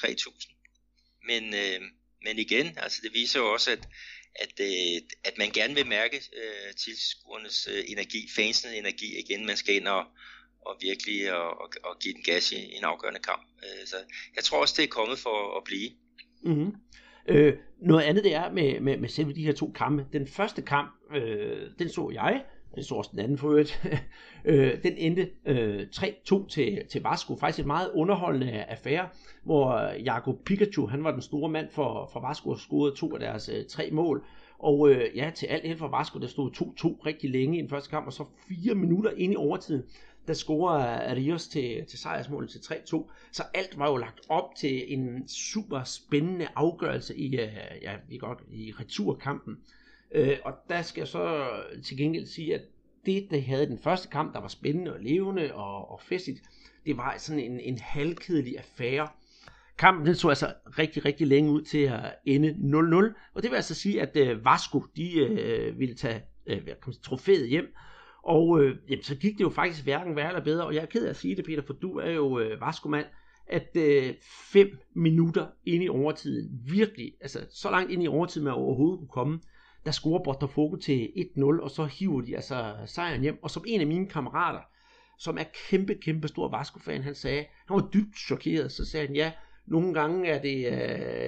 3.000. Men igen, altså det viser jo også, at man gerne vil mærke tilskuernes energi, fansens energi igen. Man skal ind og virkelig og give den gas i en afgørende kamp. Så jeg tror også, det er kommet for at blive. Mm-hmm. Noget andet det er med selve de her 2 kampe. Den første kamp, den så jeg. Jeg så også den anden for øvrigt. Den endte 3-2 til Vasco. Faktisk et meget underholdende affære, hvor Jago Pikachu, han var den store mand for Vasco og scorede 2 af deres 3 mål. Og til alt held for Vasco, der stod 2-2 rigtig længe i den første kamp, og så 4 minutter ind i overtiden, der scorer Rios til sejrsmålet til 3-2. Så alt var jo lagt op til en super spændende afgørelse i returkampen. Og der skal jeg så til gengæld sige, at det havde den første kamp, der var spændende og levende og festligt, det var sådan en halvkedelig affære. Kampen den så altså rigtig, rigtig længe ud til at ende 0-0, og det vil altså sige, at Vasco, de ville tage trofæet hjem, og så gik det jo faktisk hverken værre eller bedre, og jeg er ked af at sige det, Peter, for du er jo Vasco-mand, at 5 minutter ind i overtiden, virkelig, altså så langt ind i overtiden, man overhovedet kunne komme, der scorer Botafogo til 1-0, og så hiver de altså sejren hjem. Og som en af mine kammerater, som er kæmpe stor Vasco-fan, han var dybt chokeret, så sagde han, ja, nogle gange er det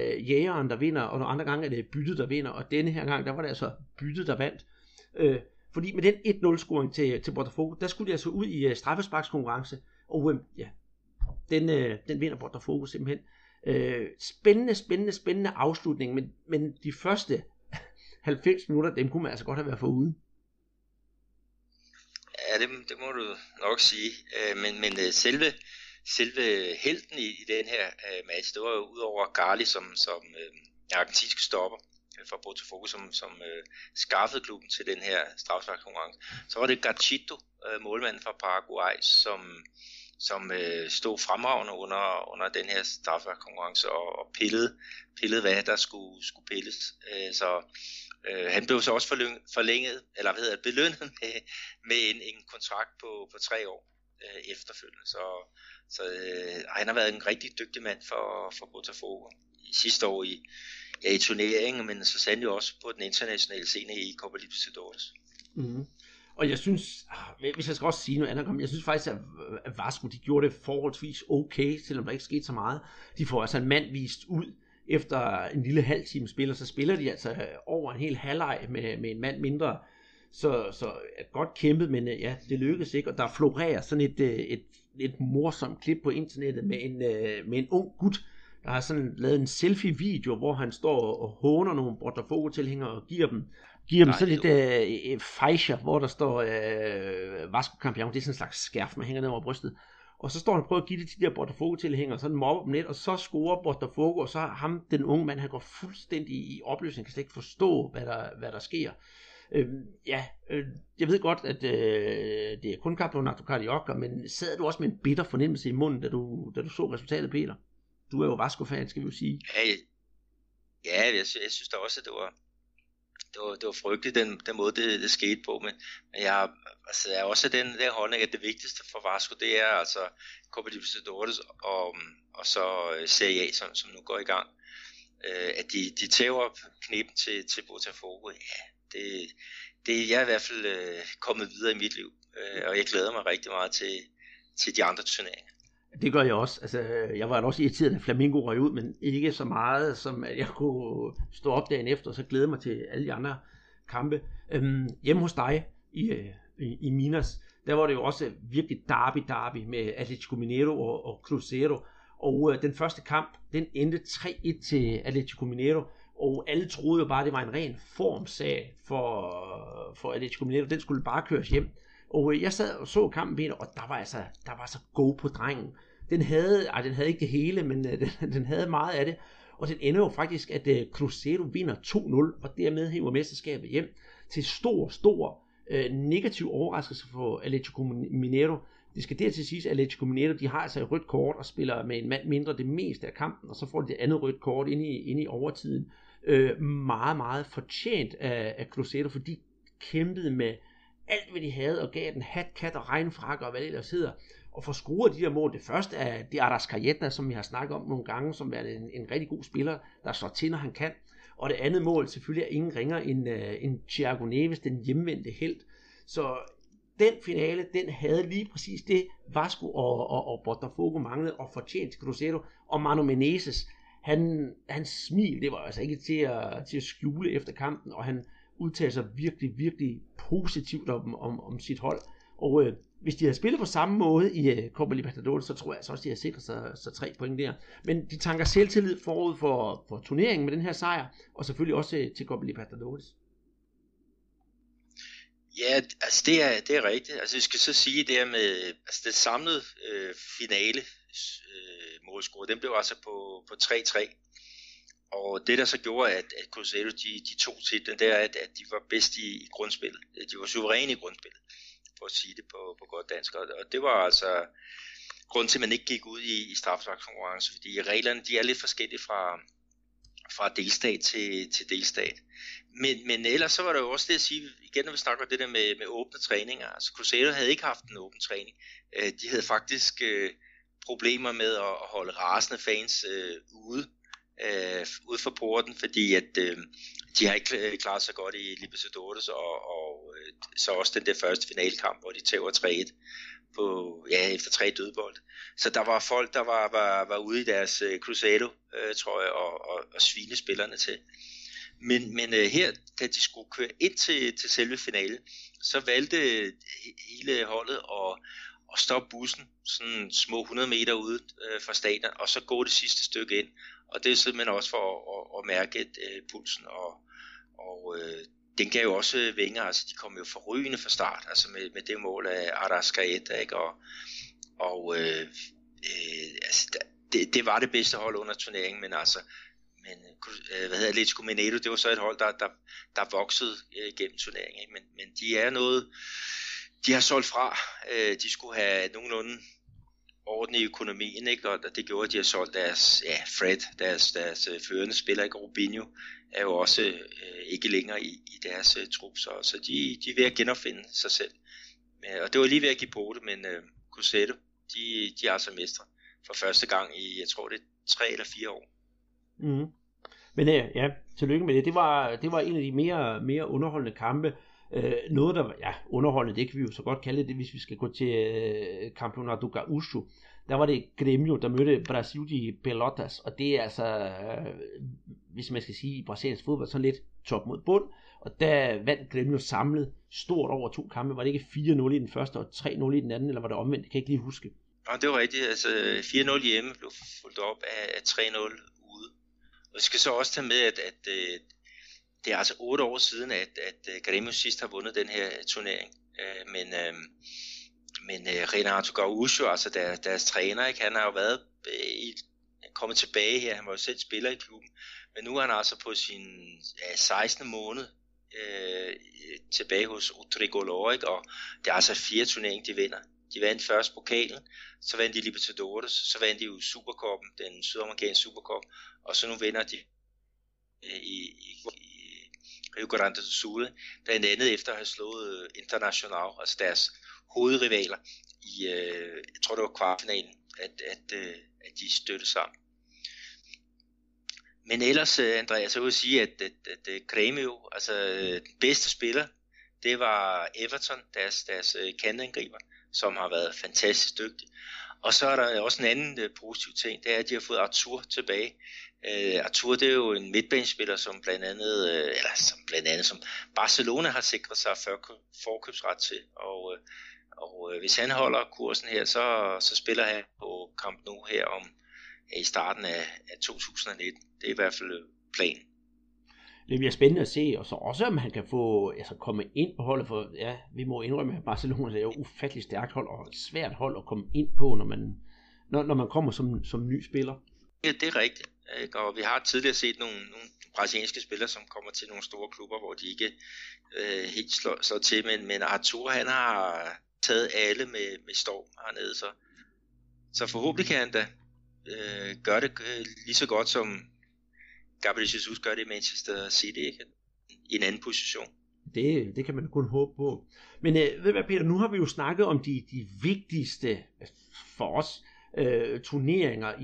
jægeren, der vinder, og nogle andre gange er det byttet, der vinder, og denne her gang, der var det altså byttet, der vandt. Fordi med den 1-0-scoring til Botafogo, der skulle de altså ud i straffesparkskonkurrence, og den vinder Botafogo simpelthen. Spændende afslutning, men de første 90 minutter, dem kunne man altså godt have været foruden. Ja, det må du nok sige. Men selve helten i den her match, det var jo udover Garli som argentinske stopper fra Botafogo, som skaffede klubben til den her straffesparkskonkurrence. Så var det Gachito, målmanden fra Paraguay, som stod fremragende under den her straffesparkskonkurrence og pillede hvad der skulle pilles. Han blev så også forlænget, eller belønnet med en kontrakt på 3 år efterfølgende. Så han har været en rigtig dygtig mand for Botafogo sidste år i turneringen, men så sandelig også på den internationale scene i Copa Libertadores. Mm-hmm. Og jeg synes, hvis jeg skal også sige noget andet, jeg synes faktisk, at Vasco, de gjorde det forholdsvis okay, selvom der ikke skete så meget. De får altså en mand vist ud efter en lille halv time spil, så spiller de altså over en hel halvleg med en mand mindre. Så godt kæmpet, men ja, det lykkedes ikke, og der florerer sådan et morsomt klip på internettet med en ung gut, der har sådan lavet en selfie-video, hvor han står og håner nogle Botafogo-tilhængere og giver dem sådan et fejser, hvor der står Vasco Campeón. Det er sådan en slags skærf, man hænger ned over brystet. Og så står han og prøver at give det til de der Botafogo-tilhængere, og så mobber dem lidt, og så scorer Botafogo, og så ham, den unge mand, han går fuldstændig i opløsning, kan slet ikke forstå, hvad der sker. Jeg ved godt, at det er kun Campeonato Carioca, men sad du også med en bitter fornemmelse i munden, da du så resultatet, Peter? Du er jo Vasco-fan, skal vi jo sige. Ja, jeg synes da også, at det var frygteligt, den måde, det skete på, men jeg er også den der holdning, at det vigtigste for Vasco, det er altså Copa Libertadores og så Serie A, som nu går i gang. At de tæver knepen til Botafogo, det jeg er i hvert fald kommet videre i mit liv, og jeg glæder mig rigtig meget til de andre turneringer. Det gør jeg også. Altså, jeg var også irriteret, at Flamengo røg ud, men ikke så meget, som at jeg kunne stå op dagen efter, og så glæde mig til alle de andre kampe. Hjemme hos dig i Minas, der var det jo også virkelig derby med Atlético Mineiro og Cruzeiro. Og den første kamp, den endte 3-1 til Atlético Mineiro, og alle troede jo bare, at det var en ren formsag for Atlético Mineiro. Den skulle bare køres hjem. Og jeg sad og så kampen, og der var altså go på drengen. Den havde ikke det hele, men den havde meget af det. Og den ender jo faktisk, at Cruzeiro vinder 2-0, og dermed hiver mesterskabet hjem til stor negativ overraskelse for Atlético Mineiro. Det skal dertil siges, at Atlético Mineiro, de har altså et rødt kort og spiller med en mand mindre det meste af kampen, og så får de det andet rødt kort inde i overtiden. Meget fortjent af Cruzeiro, fordi de kæmpede med alt hvad de havde, og gav den hat, kat og regnfrakker og hvad det ellers hedder, og får scoret de der mål. Det første er de Arrascaeta, som vi har snakket om nogle gange, som er en rigtig god spiller, der slår til, når han kan. Og det andet mål selvfølgelig er ingen ringer end Thiago Neves, den hjemvendte helt. Så den finale, den havde lige præcis det, Vasco og Botafogo manglede, og fortjent til Cruzeiro. Og Mano Menezes, hans smil, det var altså ikke til at skjule efter kampen, og han udtalte sig virkelig positivt om sit hold. Og hvis de havde spillet på samme måde i Copa Libertadores, så tror jeg også, de havde sikret sig 3 point der. Men de tanker selvtillid forud for turneringen med den her sejr, og selvfølgelig også til Copa Libertadores. Ja, altså det er rigtigt. Altså vi skal så sige det her med altså det samlede finale målscore, den blev altså på 3-3. Og det der så gjorde, at Cruzeiro de tog titlen, det er, at de var bedst i grundspillet. De var suveræne i grundspillet, for at sige det på godt dansk. Og det var altså grund til, at man ikke gik ud i straffesparkskonkurrence, fordi reglerne de er lidt forskellige fra delstat til delstat. Men ellers så var der jo også det at sige, igen når vi snakker det der med åbne træninger. Altså Cruzeiro havde ikke haft en åben træning. De havde faktisk problemer med at holde rasende fans ude for porten, fordi at de har ikke klaret sig godt i Libertadores og så også den der første finalkamp, hvor de tæver 3-1 efter 3 dødbold. Så der var folk, der var ude i deres Cruzeiro, tror jeg, og svine spillerne til. Men her, da de skulle køre ind til selve finalen, så valgte hele holdet at stoppe bussen sådan små 100 meter ude fra stadion, og så gå det sidste stykke ind. Og det er simpelthen også for at mærke pulsen, og den gav jo også vinger, altså de kom jo forrygende fra start, altså med det mål af Arrascaeta, ikke? Og altså, det var det bedste hold under turneringen, men Atletico Mineiro, det var så et hold, der voksede gennem turneringen, ikke? Men de er noget, de har solgt fra, de skulle have nogenlunde orden i økonomien, ikke? Og det gjorde, at de har solgt Fred, deres førende spiller, ikke? Robinho er jo også ikke længere i deres trup, så de er ved at genopfinde sig selv. Og det var lige ved at give på det, men Cruzeiro, de er altså mestre for første gang i, jeg tror det er 3 eller 4 år. Mm. Men ja, tillykke med det. Det var en af de mere underholdende kampe. Noget, der var underholdende, det kan vi jo så godt kalde det, hvis vi skal gå til Campeonato Gaúcho. Der var det Grêmio, der mødte Brasil de Pelotas, og det er altså, hvis man skal sige i brasiliansk fodbold, sådan lidt top mod bund, og der vandt Grêmio samlet stort over 2 kampe. Var det ikke 4-0 i den første og 3-0 i den anden, eller var det omvendt? Det kan jeg ikke lige huske. Ja, det var rigtigt. Altså 4-0 hjemme blev fulgt op af 3-0 ude. Og vi skal så også tage med, at det er altså 8 år siden, at Grêmio sidst har vundet den her turnering. Men Renato Gaúcho, altså deres træner, ikke? Han har jo været kommet tilbage her. Han var jo selv spiller i klubben. Men nu er han altså på sin 16. måned tilbage hos Tricolor, ikke? Og det er altså 4 turneringer, de vinder. De vandt først pokalen, så vandt de Libertadores, så vandt de jo Supercuppen, den sydamerikanske Supercup, og så nu vinder de i Rio Grande do Sul, blandt andet efter at have slået Internacional, altså deres hovedrivaler, i, jeg tror det var kvartfinalen, at de støttede sammen. Men ellers, Andreas, jeg vil sige, at Grêmio, altså den bedste spiller, det var Everton, deres kantangriber, som har været fantastisk dygtig. Og så er der også en anden positiv ting, det er, at de har fået Arthur tilbage. Arthur, det er jo en midtbanespiller, som blandt andet som Barcelona har sikret sig forkøbsret til. Og hvis han holder kursen her, så spiller han på Camp Nou her i starten af 2019. Det er i hvert fald planen. Det bliver spændende at se, og så også om han kan få komme ind på holdet, for ja, vi må indrømme, at Barcelona er jo ufattelig stærkt hold, og et svært hold at komme ind på, når man kommer som ny spiller. Ja, det er rigtigt, og vi har tidligere set nogle brasilianske spillere, som kommer til nogle store klubber, hvor de ikke helt slår til, men Arthur, han har taget alle med storm hernede, så forhåbentlig kan han da gøre det lige så godt som Gabriel Jesus gør det i Manchester City, ikke? I en anden position. Det kan man kun håbe på. Men ved du hvad, Peter, nu har vi jo snakket om de vigtigste for os turneringer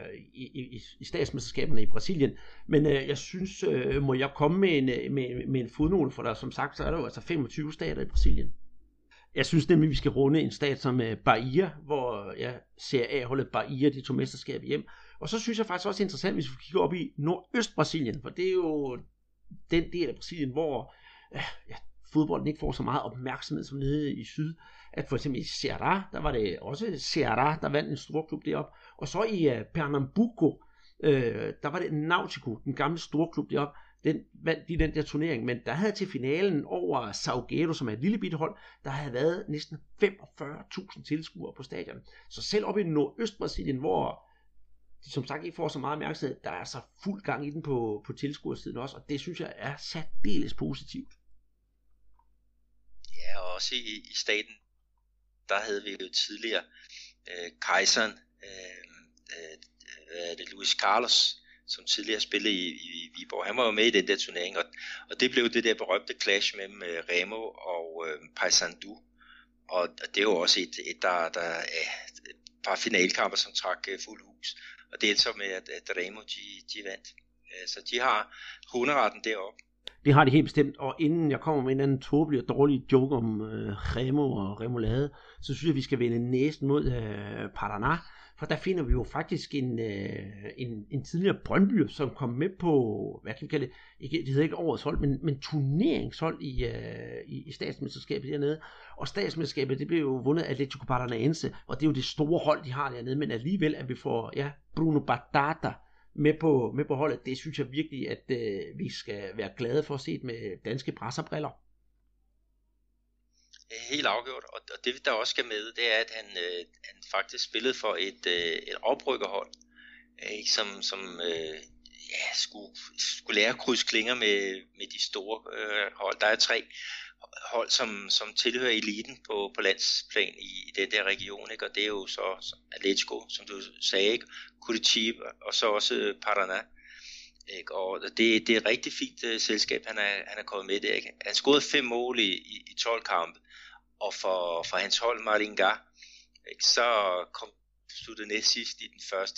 i statsmesterskaberne i Brasilien. Men jeg synes, må jeg komme med en fodnote for dig. Som sagt, så er der jo altså 25 stater i Brasilien. Jeg synes nemlig, vi skal runde en stat som Bahia, hvor Serie A-holdet Bahia, de tog mesterskab hjem. Og så synes jeg faktisk også interessant, hvis vi kigger op i Nordøst-Brasilien, for det er jo den del af Brasilien, hvor fodbolden ikke får så meget opmærksomhed som nede i syd. At for eksempel i Ceará, der var det også Ceará, der vandt en stor klub deroppe. Og så i Pernambuco, der var det Náutico, den gamle store klub deroppe. Den vandt de den der turnering, men der havde til finalen over Salgueiro, som er et lille bitte hold, der havde været næsten 45.000 tilskuere på stadion. Så selv oppe i Nordøst-Brasilien, hvor de som sagt ikke får så meget opmærksomhed, der er altså fuld gang i den på tilskuersiden også, og det synes jeg er særdeles positivt. Ja, og også i staten, der havde vi jo tidligere kejseren, Luis Carlos, som tidligere spillede i Viborg. Han var jo med i den der turnering, og det blev det der berømte clash mellem Remo og Paysandu. Og det er jo også der er et par finalkamper, som trak fuld hus. Og det endte så med, at Remo de vandt. Så de har hunderetten deroppe. Det har de helt bestemt, og inden jeg kommer med en anden tåbelig og dårlig joke om Remo og remoulade, så synes jeg, vi skal vende næsten mod Paraná, for der finder vi jo faktisk en tidligere Brøndby, som kom med på, hvad kan vi kalde det, det hedder ikke årets hold, men turneringshold i statsmesterskabet dernede, og statsmesterskabet, det blev jo vundet af Atlético Paranaense, og det er jo det store hold, de har dernede, men alligevel, at vi får Bruno Batata med på holdet, det synes jeg virkelig, at vi skal være glade for at se med danske brasserbriller. Helt afgjort, og det der også skal med, det er, at han faktisk spillede for et oprykkerhold, som skulle lære at krydse klinger med de store hold. Der er 3 hold, som tilhører eliten på landsplan i den der region, ikke? Og det er jo så Atletico, som du sagde, ikke? Curitiba, og så også Paraná. Ikke? Og det er et rigtig fint selskab, han er kommet med der. Ikke? Han scorede 5 mål i 12 kampe, og for hans hold Maringá, ikke? Så sluttede næst sidst i den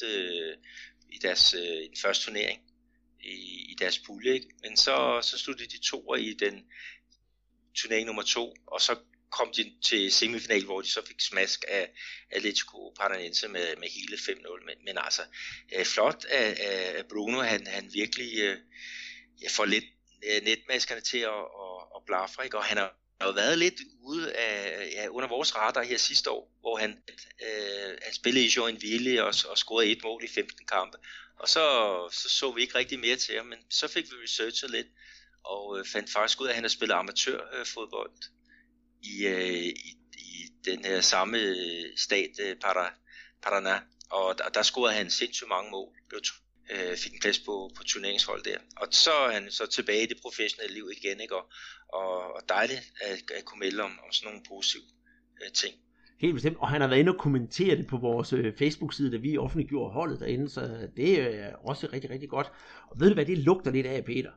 første turnering i deres pulje, ikke? Men så sluttede de 2'er i den turnering nummer 2, og så kom de til semifinal, hvor de så fik smask af Atlético Paranaense med hele 5-0. Men altså, flot af Bruno, han virkelig får lidt netmaskerne til at blafre, ikke? Og han har jo været lidt ude under vores radar her sidste år, hvor han spillede i Joinville og scorede 1 mål i 15 kampe. Og så vi ikke rigtig mere til ham, men så fik vi researchet lidt, og fandt faktisk ud af, at han har spillet amatørfodbold i den her samme stat, Paraná, og der scorede han sindssygt mange mål, fik en plads på turneringshold der, og så er han så tilbage i det professionelle liv igen, ikke? Og dejligt at kunne melde om sådan nogle positive ting. Helt bestemt, og han har været inde og kommentere det på vores Facebook-side, da vi offentliggjorde holdet derinde, så det er også rigtig, rigtig godt. Og ved du hvad, det lugter lidt af, Peter?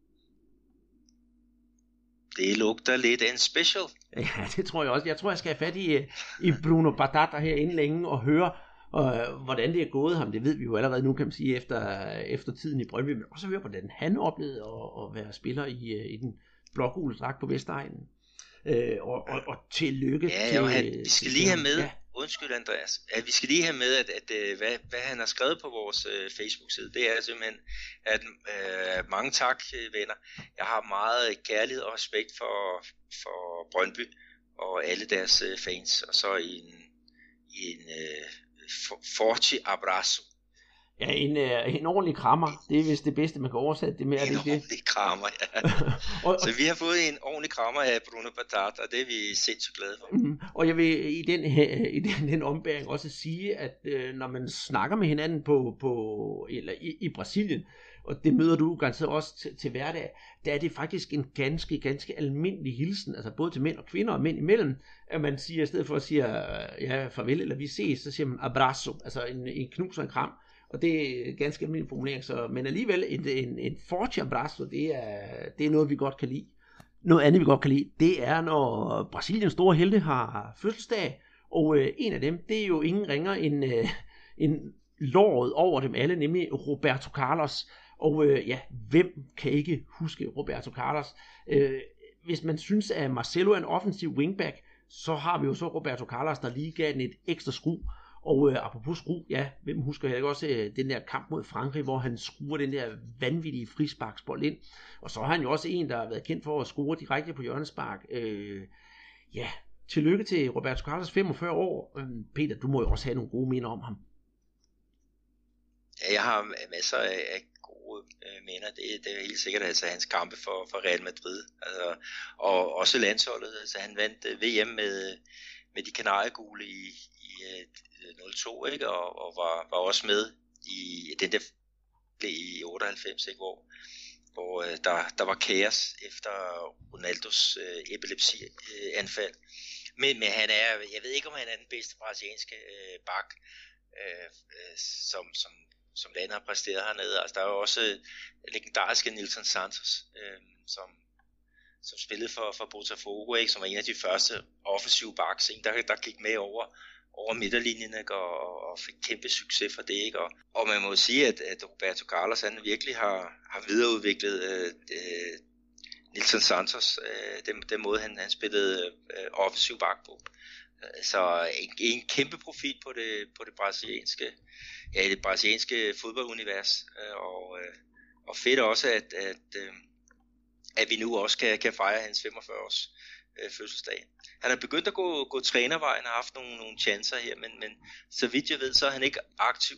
Det lugter lidt af en special. Ja, det tror jeg også. Jeg tror, jeg skal have fat i Bruno Batata her inden længe og høre, hvordan det er gået ham. Det ved vi jo allerede nu, kan man sige, efter tiden i Brøndby, men også høre, hvordan han oplevede at være spiller i den blågule dragt på Vestegnen. Og tillykke til... Vi skal lige have med, undskyld Andreas, at vi skal lige have med, at hvad han har skrevet på vores Facebook-side, det er simpelthen, at mange tak, venner. Jeg har meget kærlighed og respekt for Brøndby og alle deres fans, og så en forte abrazo. Ja, en ordentlig krammer, det er vist det bedste, man kan oversætte det med. En ordentlig krammer, ja. Så vi har fået en ordentlig krammer af Bruno Batata, og det er vi sindssygt glade for. Og jeg vil i den ombæring også sige, at når man snakker med hinanden eller i Brasilien, og det møder du garanteret også til hverdag, der er det faktisk en ganske, ganske almindelig hilsen, altså både til mænd og kvinder og mænd imellem, at man siger, i stedet for at sige, ja, farvel, eller vi ses, så siger man abrazo, altså en knus og en kram. Og det er ganske almindelig formulering, men alligevel en forte abrazo, det er noget, vi godt kan lide. Noget andet, vi godt kan lide, det er, når Brasiliens store helte har fødselsdag, og en af dem, det er jo ingen ringer end låret over dem alle, nemlig Roberto Carlos. Og hvem kan ikke huske Roberto Carlos? Hvis man synes, at Marcelo er en offensiv wingback, så har vi jo så Roberto Carlos, der lige gav den et ekstra skru. Og apropos skru, ja, hvem husker jeg ikke også den der kamp mod Frankrig, hvor han skruer den der vanvittige frisparksbold ind. Og så har han jo også en, der har været kendt for at score direkte på hjørnespark. Tillykke til Roberto Carlos, 45 år. Peter, du må jo også have nogle gode minder om ham. Ja, jeg har masser af gode minder. Det er helt sikkert, altså hans kampe for Real Madrid. Altså, og også landsholdet. Altså, han vandt VM med de kanariegule i 02, ikke? Og var også med i den der i 98, ikke? Hvor der var kaos efter Ronaldos epilepsianfald. Men han er, jeg ved ikke om han er den bedste brasilianske bak, som landet har præsteret hernede. Altså, der er jo også legendariske Nilson Santos, som spillede for Botafogo, ikke? Som var en af de første offensive backs, der gik med over midterlinjen, ikke? Og fik kæmpe succes for det, ikke? Og man må sige, at Roberto Carlos han virkelig har videreudviklet Nilson Santos, den måde han spillede offensiv bak på. Så en kæmpe profil på det brasilianske fodboldunivers, og fedt også at vi nu også kan fejre hans 45 års fødselsdag. Han er begyndt at gå trænervejen og har haft nogle chancer her, men så vidt jeg ved, så er han ikke aktiv.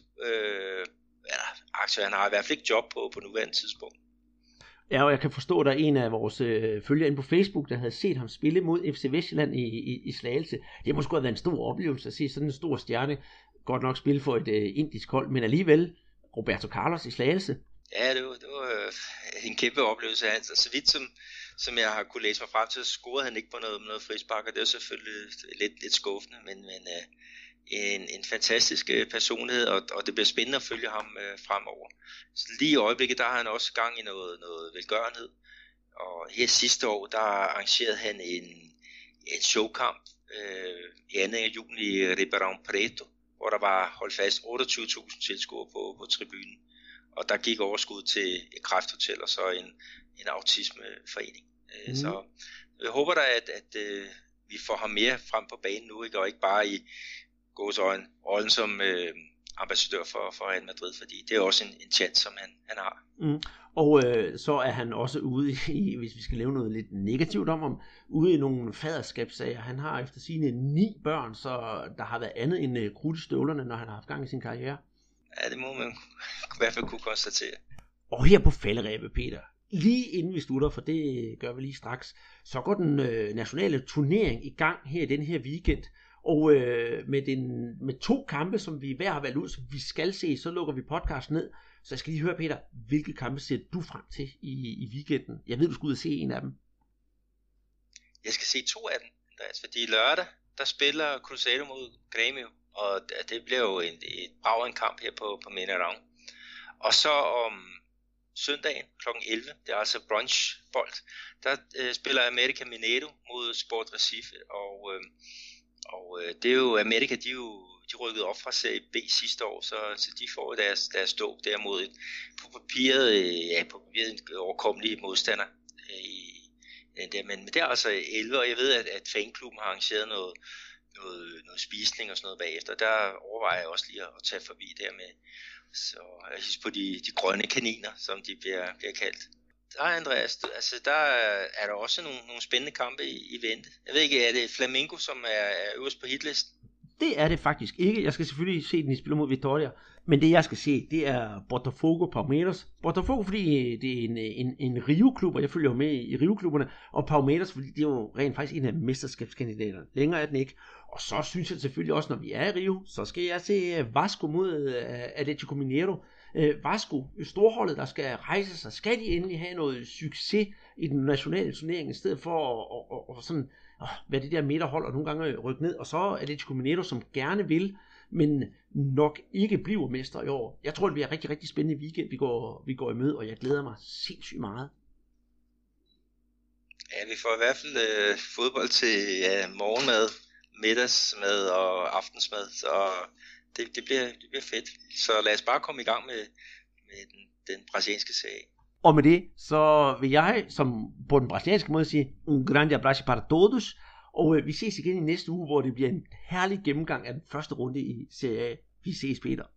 Han har i hvert fald ikke job på nuværende tidspunkt. Ja, og jeg kan forstå, at der er en af vores følgere inde på Facebook, der havde set ham spille mod FC Vestsjælland i Slagelse. Det må sgu have været en stor oplevelse at se sådan en stor stjerne godt nok spille for et indisk hold, men alligevel Roberto Carlos i Slagelse. Ja, det var en kæmpe oplevelse. Altså, så vidt som jeg har kunne læse mig frem til, så scorede han ikke på noget frispark, og det er selvfølgelig lidt skuffende, men en fantastisk personlighed, og det bliver spændende at følge ham fremover. Så lige i øjeblikket, der har han også gang i noget velgørenhed, og her sidste år, der arrangerede han en showkamp i 2. juni i Ribeirão Preto, hvor der var holdt fast 28.000 tilskuere på tribunen, og der gik overskud til et kræfthotel og så en autismeforening. Så jeg håber da, at vi får ham mere frem på banen nu, ikke? Og ikke bare i gåseøjne rollen som ambassadør for Real Madrid, fordi det er også en chance, som han har. Og så er han også ude i, hvis vi skal lave noget lidt negativt om ham, ude i nogle faderskabssager. Han har efter sine 9 børn, så der har været andet end krudt i støvlerne, når han har haft gang i sin karriere. Ja, det må man i hvert fald kunne konstatere. Og her på falderæbet, Peter, lige inden vi slutter, for det gør vi lige straks, så går den nationale turnering i gang her i den her weekend. Og med 2 kampe, som vi hver har valgt ud, som vi skal se, så lukker vi podcasten ned. Så jeg skal lige høre, Peter, hvilke kampe ser du frem til i weekenden? Jeg ved, du skal ud og se en af dem. Jeg skal se 2 af dem, Andreas, fordi lørdag, der spiller Cruzeiro mod Grêmio, og det bliver jo et brav kamp her på Mineirão. Og så om søndagen kl. 11, det er altså brunchbold, der spiller América Mineiro mod Sport Recife, og det er jo América, de rykkede op fra Serie B sidste år, så de får deres stå der mod på papiret en overkommelig modstander men det er altså 11, og jeg ved, at fanklubben har arrangeret noget spisning og sådan noget bagefter. Der overvejer jeg også lige at tage forbi der med, så jeg synes på de grønne kaniner, som de bliver kaldt. Der er Andreas, altså der er der også nogle spændende kampe i vente. Jeg ved ikke, er det Flamengo, som er øverst på hitlisten? Det er det faktisk ikke. Jeg skal selvfølgelig se den i spiller mod Vitória, men det jeg skal se, det er Botafogo Palmeiras. Botafogo, fordi det er en Rio-klub, og jeg følger jo med i Rio-klubberne, og Palmeiras, fordi det er jo rent faktisk en af mesterskabskandidaterne. Længere er den ikke. Og så synes jeg selvfølgelig også, når vi er i Rio, så skal jeg se Vasco mod Atlético Mineiro. Vasco, storholdet, der skal rejse sig, skal de endelig have noget succes i den nationale turnering, i stedet for at sådan, hvad det der midterhold, og nogle gange rykke ned, og så er det Atlético Mineiro, som gerne vil, men nok ikke bliver mester i år. Jeg tror, det bliver rigtig, rigtig spændende weekend, vi går i møde, og jeg glæder mig sindssygt meget. Ja, vi får i hvert fald fodbold til morgenmad, middagsmad og aftensmad, så det bliver fedt. Så lad os bare komme i gang med den brasilianske serie. Og med det, så vil jeg, som på den brasilianske måde, sige un grande abraço para todos, og vi ses igen i næste uge, hvor det bliver en herlig gennemgang af den første runde i Serie A. Vi ses, Peter.